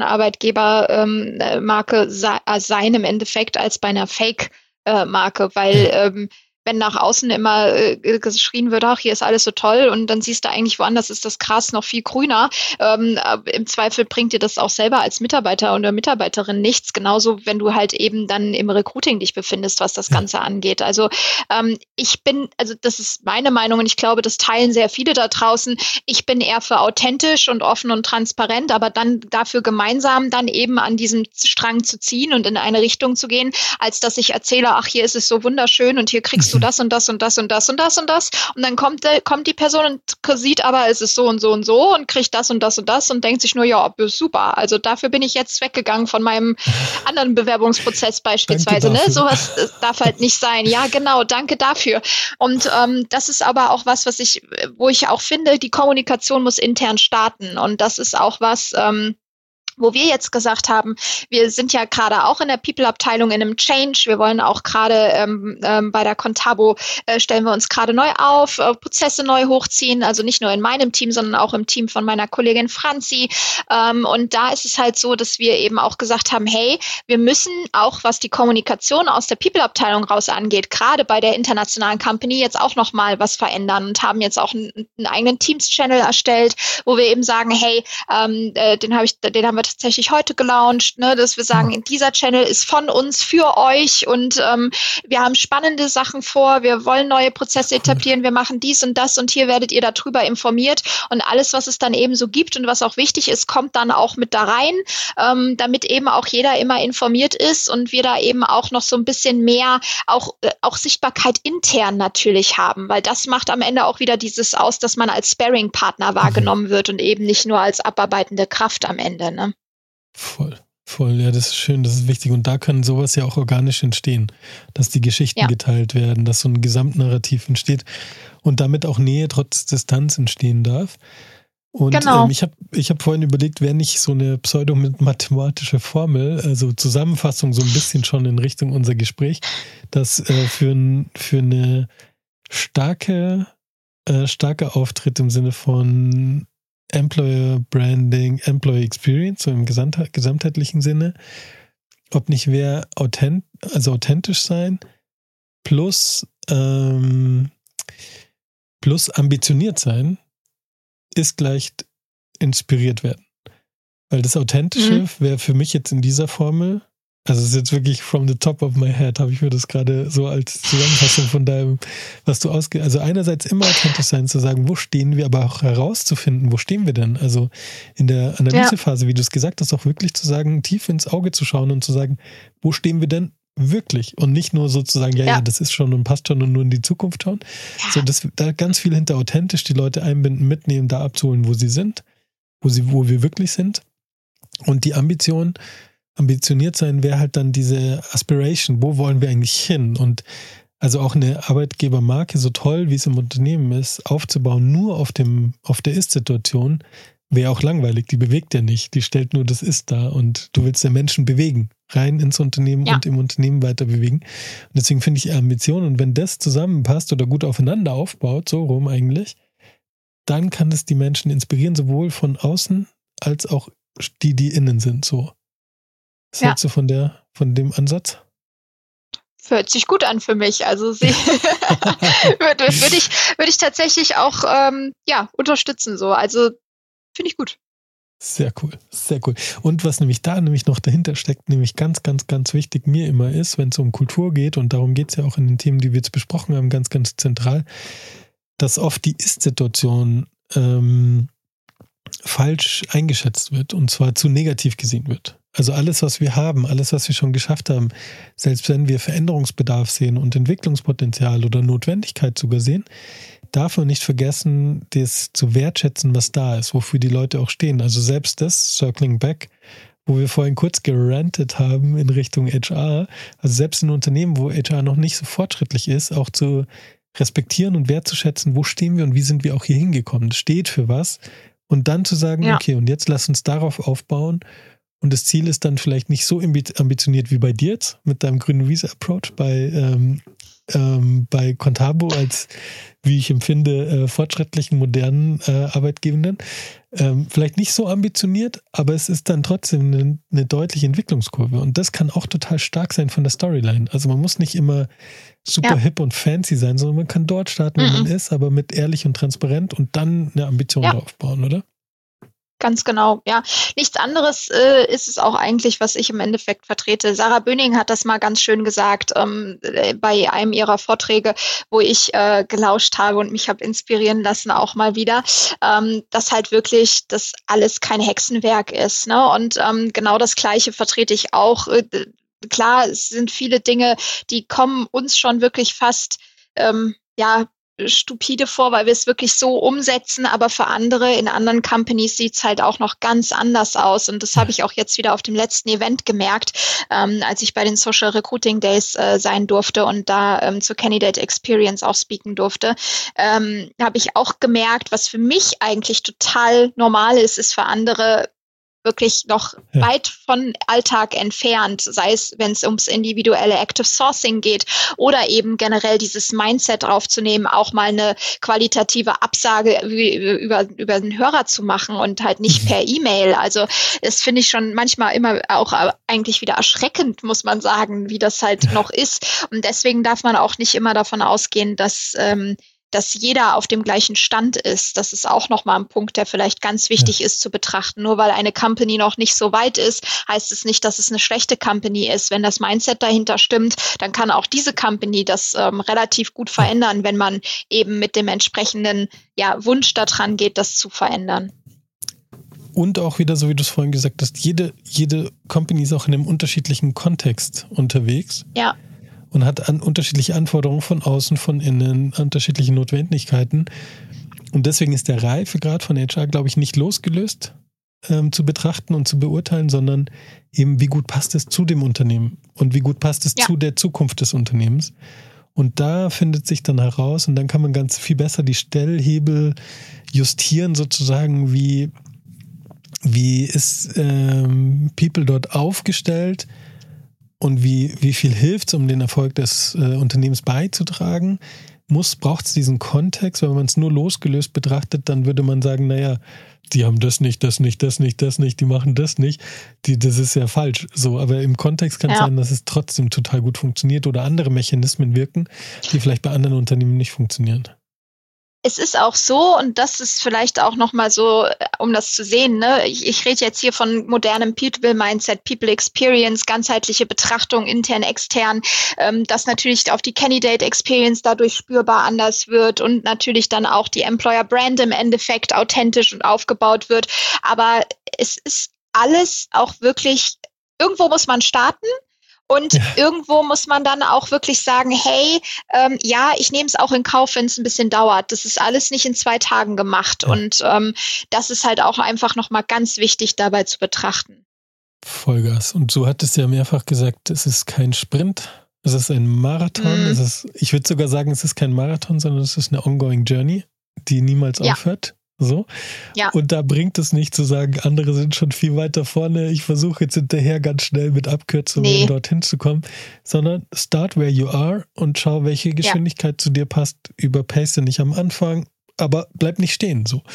Arbeitgebermarke ähm, sein im Endeffekt als bei einer Fake-Marke, weil ja. ähm, wenn nach außen immer äh, geschrien wird, ach, hier ist alles so toll und dann siehst du eigentlich, woanders ist das Gras noch viel grüner. Ähm, im Zweifel bringt dir das auch selber als Mitarbeiter oder Mitarbeiterin nichts. Genauso, wenn du halt eben dann im Recruiting dich befindest, was das Ganze ja. angeht. Also ähm, ich bin, also das ist meine Meinung und ich glaube, das teilen sehr viele da draußen. Ich bin eher für authentisch und offen und transparent, aber dann dafür gemeinsam dann eben an diesem Strang zu ziehen und in eine Richtung zu gehen, als dass ich erzähle, ach, hier ist es so wunderschön und hier kriegst du das und das und das und das und das und das und dann kommt, der, kommt die Person und sieht aber, es ist so und so und so und kriegt das und das und das und denkt sich nur, ja, super. Also dafür bin ich jetzt weggegangen von meinem anderen Bewerbungsprozess beispielsweise. Ne? Sowas darf halt nicht sein. Ja, genau, danke dafür. Und ähm, das ist aber auch was, was ich, wo ich auch finde, die Kommunikation muss intern starten und das ist auch was, ähm, wo wir jetzt gesagt haben, wir sind ja gerade auch in der People-Abteilung in einem Change. Wir wollen auch gerade ähm, ähm, bei der Contabo äh, stellen wir uns gerade neu auf, äh, Prozesse neu hochziehen, also nicht nur in meinem Team, sondern auch im Team von meiner Kollegin Franzi. Ähm, und da ist es halt so, dass wir eben auch gesagt haben, hey, wir müssen auch, was die Kommunikation aus der People-Abteilung raus angeht, gerade bei der internationalen Company jetzt auch nochmal was verändern und haben jetzt auch einen, einen eigenen Teams-Channel erstellt, wo wir eben sagen, hey, ähm, äh, den habe ich, den haben wir tatsächlich heute gelauncht, ne, dass wir sagen, dieser Channel ist von uns für euch und ähm, wir haben spannende Sachen vor, wir wollen neue Prozesse etablieren, wir machen dies und das und hier werdet ihr darüber informiert und alles, was es dann eben so gibt und was auch wichtig ist, kommt dann auch mit da rein, ähm, damit eben auch jeder immer informiert ist und wir da eben auch noch so ein bisschen mehr auch, äh, auch Sichtbarkeit intern natürlich haben, weil das macht am Ende auch wieder dieses aus, dass man als Sparring-Partner wahrgenommen wird und eben nicht nur als abarbeitende Kraft am Ende, ne? Voll, voll, ja, das ist schön, das ist wichtig. Und da kann sowas ja auch organisch entstehen, dass die Geschichten ja. geteilt werden, dass so ein Gesamtnarrativ entsteht und damit auch Nähe trotz Distanz entstehen darf. Und genau. ähm, ich habe ich hab vorhin überlegt, wäre nicht so eine pseudo-mathematische Formel, also Zusammenfassung so ein bisschen schon in Richtung unser Gespräch, dass äh, für, ein, für eine starke, äh, starke Auftritt im Sinne von Employer Branding, Employee Experience, so im gesamt, gesamtheitlichen Sinne, ob nicht wer authent, also authentisch sein plus, ähm, plus ambitioniert sein, ist gleich inspiriert werden. Weil das Authentische mhm. wäre für mich jetzt in dieser Formel, also es ist jetzt wirklich from the top of my head, habe ich mir das gerade so als Zusammenfassung von deinem, was du ausge... Also einerseits immer authentisch sein, zu sagen, wo stehen wir, aber auch herauszufinden, wo stehen wir denn? Also in der Analysephase, ja. wie du es gesagt hast, auch wirklich zu sagen, tief ins Auge zu schauen und zu sagen, wo stehen wir denn wirklich? Und nicht nur sozusagen, ja, ja, ja das ist schon und passt schon und nur in die Zukunft schauen. Ja. So, das, da ganz viel hinter authentisch, die Leute einbinden, mitnehmen, da abzuholen, wo sie sind, wo sie, wo wir wirklich sind. Und die Ambition, ambitioniert sein wäre halt dann diese Aspiration, wo wollen wir eigentlich hin? Und also auch eine Arbeitgebermarke, so toll wie es im Unternehmen ist, aufzubauen, nur auf dem, auf der Ist-Situation, wäre auch langweilig. Die bewegt ja nicht, die stellt nur das Ist da und du willst ja Menschen bewegen, rein ins Unternehmen ja. und im Unternehmen weiter bewegen. Und deswegen finde ich Ambition, und wenn das zusammenpasst oder gut aufeinander aufbaut, so rum eigentlich, dann kann es die Menschen inspirieren, sowohl von außen als auch die, die innen sind, so. Was ja. hältst du von der, von dem Ansatz? Hört sich gut an für mich. Also sie würde würd ich, würd ich tatsächlich auch ähm, ja, unterstützen. So. Also finde ich gut. Sehr cool, sehr cool. Und was nämlich da nämlich noch dahinter steckt, nämlich ganz, ganz, ganz wichtig mir immer ist, wenn es um Kultur geht, und darum geht es ja auch in den Themen, die wir jetzt besprochen haben, ganz, ganz zentral, dass oft die Ist-Situation ähm, falsch eingeschätzt wird und zwar zu negativ gesehen wird. Also alles, was wir haben, alles, was wir schon geschafft haben, selbst wenn wir Veränderungsbedarf sehen und Entwicklungspotenzial oder Notwendigkeit sogar sehen, darf man nicht vergessen, das zu wertschätzen, was da ist, wofür die Leute auch stehen. Also selbst das, circling back, wo wir vorhin kurz gerantet haben in Richtung H R, also selbst in Unternehmen, wo H R noch nicht so fortschrittlich ist, auch zu respektieren und wertzuschätzen, wo stehen wir und wie sind wir auch hier hingekommen. Das steht für was. Und dann zu sagen, ja. okay, und jetzt lass uns darauf aufbauen und das Ziel ist dann vielleicht nicht so ambitioniert wie bei dir jetzt mit deinem grünen Visa-Approach bei, ähm, ähm, bei Contabo als, wie ich empfinde, äh, fortschrittlichen, modernen äh, Arbeitgebenden. Ähm, vielleicht nicht so ambitioniert, aber es ist dann trotzdem eine, eine deutliche Entwicklungskurve und das kann auch total stark sein von der Storyline. Also man muss nicht immer super ja. hip und fancy sein, sondern man kann dort starten, wo mhm. man ist, aber mit ehrlich und transparent und dann eine Ambition ja. draufbauen, oder? Ganz genau, ja. Nichts anderes äh, ist es auch eigentlich, was ich im Endeffekt vertrete. Sarah Böning hat das mal ganz schön gesagt ähm, bei einem ihrer Vorträge, wo ich äh, gelauscht habe und mich habe inspirieren lassen auch mal wieder, ähm, dass halt wirklich das alles kein Hexenwerk ist. Ne? Und ähm, genau das Gleiche vertrete ich auch. Äh, klar, es sind viele Dinge, die kommen uns schon wirklich fast, ähm, ja, stupide vor, weil wir es wirklich so umsetzen, aber für andere, in anderen Companies sieht es halt auch noch ganz anders aus und das habe ich auch jetzt wieder auf dem letzten Event gemerkt, ähm, als ich bei den Social Recruiting Days äh, sein durfte und da ähm, zur Candidate Experience auch speaken durfte, ähm, habe ich auch gemerkt, was für mich eigentlich total normal ist, ist für andere wirklich noch ja. weit von Alltag entfernt, sei es, wenn es ums individuelle Active Sourcing geht oder eben generell dieses Mindset draufzunehmen, auch mal eine qualitative Absage über, über den Hörer zu machen und halt nicht per E-Mail. Also das finde ich schon manchmal immer auch eigentlich wieder erschreckend, muss man sagen, wie das halt ja. noch ist. Und deswegen darf man auch nicht immer davon ausgehen, dass ähm, dass jeder auf dem gleichen Stand ist. Das ist auch nochmal ein Punkt, der vielleicht ganz wichtig ja. ist zu betrachten. Nur weil eine Company noch nicht so weit ist, heißt es nicht, dass es eine schlechte Company ist. Wenn das Mindset dahinter stimmt, dann kann auch diese Company das ähm, relativ gut verändern, wenn man eben mit dem entsprechenden ja, Wunsch daran geht, das zu verändern. Und auch wieder, so wie du es vorhin gesagt hast, jede, jede Company ist auch in einem unterschiedlichen Kontext unterwegs. Ja. Und hat an unterschiedliche Anforderungen von außen, von innen, unterschiedliche Notwendigkeiten. Und deswegen ist der Reifegrad von H R, glaube ich, nicht losgelöst ähm, zu betrachten und zu beurteilen, sondern eben, wie gut passt es zu dem Unternehmen und wie gut passt es ja. zu der Zukunft des Unternehmens. Und da findet sich dann heraus und dann kann man ganz viel besser die Stellhebel justieren, sozusagen, wie, wie ist ähm, People dort aufgestellt, und wie, wie viel hilft es, um den Erfolg des äh, Unternehmens beizutragen, muss, braucht es diesen Kontext. Wenn man es nur losgelöst betrachtet, dann würde man sagen, naja, die haben das nicht, das nicht, das nicht, das nicht, die machen das nicht. Die, das ist ja falsch. So, aber im Kontext kann es ja. sein, dass es trotzdem total gut funktioniert oder andere Mechanismen wirken, die vielleicht bei anderen Unternehmen nicht funktionieren. Es ist auch so, und das ist vielleicht auch nochmal so, um das zu sehen, ne? Ich, ich rede jetzt hier von modernem People-Mindset, People-Experience, ganzheitliche Betrachtung, intern, extern, ähm, dass natürlich auf die Candidate-Experience dadurch spürbar anders wird und natürlich dann auch die Employer-Brand im Endeffekt authentisch und aufgebaut wird. Aber es ist alles auch wirklich, irgendwo muss man starten. Und ja. irgendwo muss man dann auch wirklich sagen, hey, ähm, ja, ich nehme es auch in Kauf, wenn es ein bisschen dauert. Das ist alles nicht in zwei Tagen gemacht. Ja. Und ähm, das ist halt auch einfach nochmal ganz wichtig dabei zu betrachten. Vollgas. Und so hat es ja mehrfach gesagt, es ist kein Sprint, es ist ein Marathon. Mhm. Es ist, ich würde sogar sagen, es ist kein Marathon, sondern es ist eine ongoing Journey, die niemals ja. aufhört. So. Ja. Und da bringt es nicht zu sagen, andere sind schon viel weiter vorne, ich versuche jetzt hinterher ganz schnell mit Abkürzungen nee. dorthin zu kommen, sondern start where you are und schau, welche Geschwindigkeit ja. zu dir passt. Überpace nicht am Anfang, aber bleib nicht stehen. So.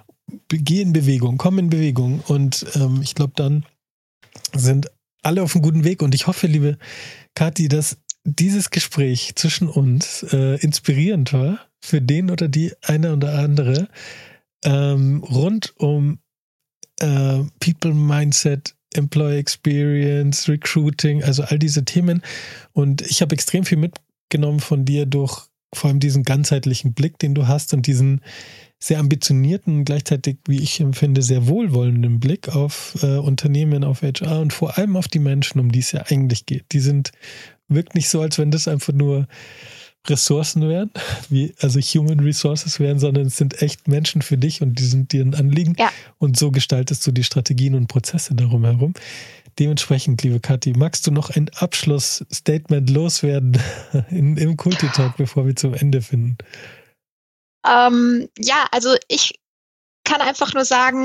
Geh in Bewegung, komm in Bewegung und ähm, ich glaube, dann sind alle auf einem guten Weg und ich hoffe, liebe Kathi, dass dieses Gespräch zwischen uns äh, inspirierend war für den oder die eine oder andere, Ähm, rund um äh, People Mindset, Employee Experience, Recruiting, also all diese Themen. Und ich habe extrem viel mitgenommen von dir durch vor allem diesen ganzheitlichen Blick, den du hast und diesen sehr ambitionierten, gleichzeitig, wie ich empfinde, sehr wohlwollenden Blick auf äh, Unternehmen, auf H R und vor allem auf die Menschen, um die es ja eigentlich geht. Die sind, wirkt nicht so, als wenn das einfach nur Ressourcen wären, wie, also Human Resources wären, sondern es sind echt Menschen für dich und die sind dir ein Anliegen. Ja. Und so gestaltest du die Strategien und Prozesse darum herum. Dementsprechend, liebe Kathi, magst du noch ein Abschlussstatement loswerden in, im Kulti-Talk, bevor wir zum Ende finden? Ähm, ja, also ich kann einfach nur sagen,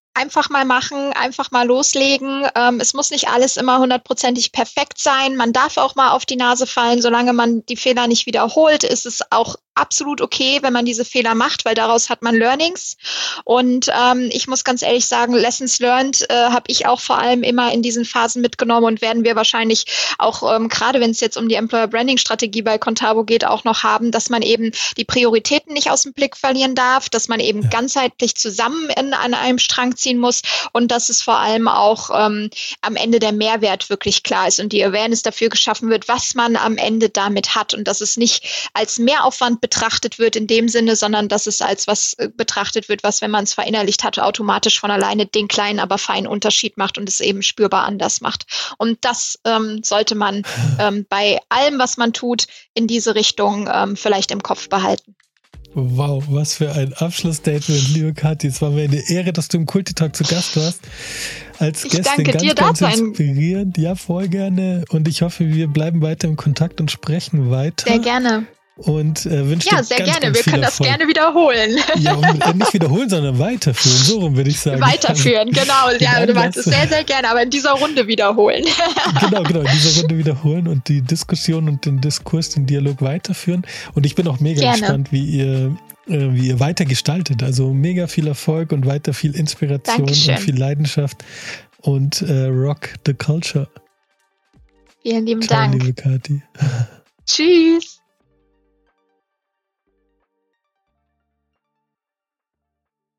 Einfach mal machen, einfach mal loslegen. Ähm, es muss nicht alles immer hundertprozentig perfekt sein. Man darf auch mal auf die Nase fallen. Solange man die Fehler nicht wiederholt, ist es auch absolut okay, wenn man diese Fehler macht, weil daraus hat man Learnings. Und ähm, ich muss ganz ehrlich sagen, Lessons learned äh, habe ich auch vor allem immer in diesen Phasen mitgenommen und werden wir wahrscheinlich auch, ähm, gerade wenn es jetzt um die Employer Branding Strategie bei Contabo geht, auch noch haben, dass man eben die Prioritäten nicht aus dem Blick verlieren darf, dass man eben ja. ganzheitlich zusammen in, an einem Strang ziehen muss und dass es vor allem auch ähm, am Ende der Mehrwert wirklich klar ist und die Awareness dafür geschaffen wird, was man am Ende damit hat und dass es nicht als Mehraufwand betrachtet wird in dem Sinne, sondern dass es als was äh, betrachtet wird, was, wenn man es verinnerlicht hat, automatisch von alleine den kleinen, aber feinen Unterschied macht und es eben spürbar anders macht. Und das ähm, sollte man ähm, bei allem, was man tut, in diese Richtung ähm, vielleicht im Kopf behalten. Wow, was für ein Abschlussstatement, liebe Kathi. Es war mir eine Ehre, dass du im Kulti-Talk zu Gast warst. Als ich Gästin danke ganz, dir, ganz da inspirierend. Ja, voll gerne. Und ich hoffe, wir bleiben weiter im Kontakt und sprechen weiter. Sehr gerne. Und äh, wünsche ja, dir sehr ganz, gerne. ganz Wir viel können Erfolg. Das gerne wiederholen. Ja, und, äh, nicht wiederholen, sondern weiterführen. So rum würde ich sagen. Weiterführen, genau. Ja, du meinst es sehr, sehr gerne, aber in dieser Runde wiederholen. Genau, genau. In dieser Runde wiederholen und die Diskussion und den Diskurs, den Dialog weiterführen. Und ich bin auch mega gerne. gespannt, wie ihr, äh, wie ihr weiter gestaltet. Also mega viel Erfolg und weiter viel Inspiration Dankeschön. und viel Leidenschaft und äh, rock the culture. Vielen lieben Ciao, Dank. liebe Kathi. Tschüss.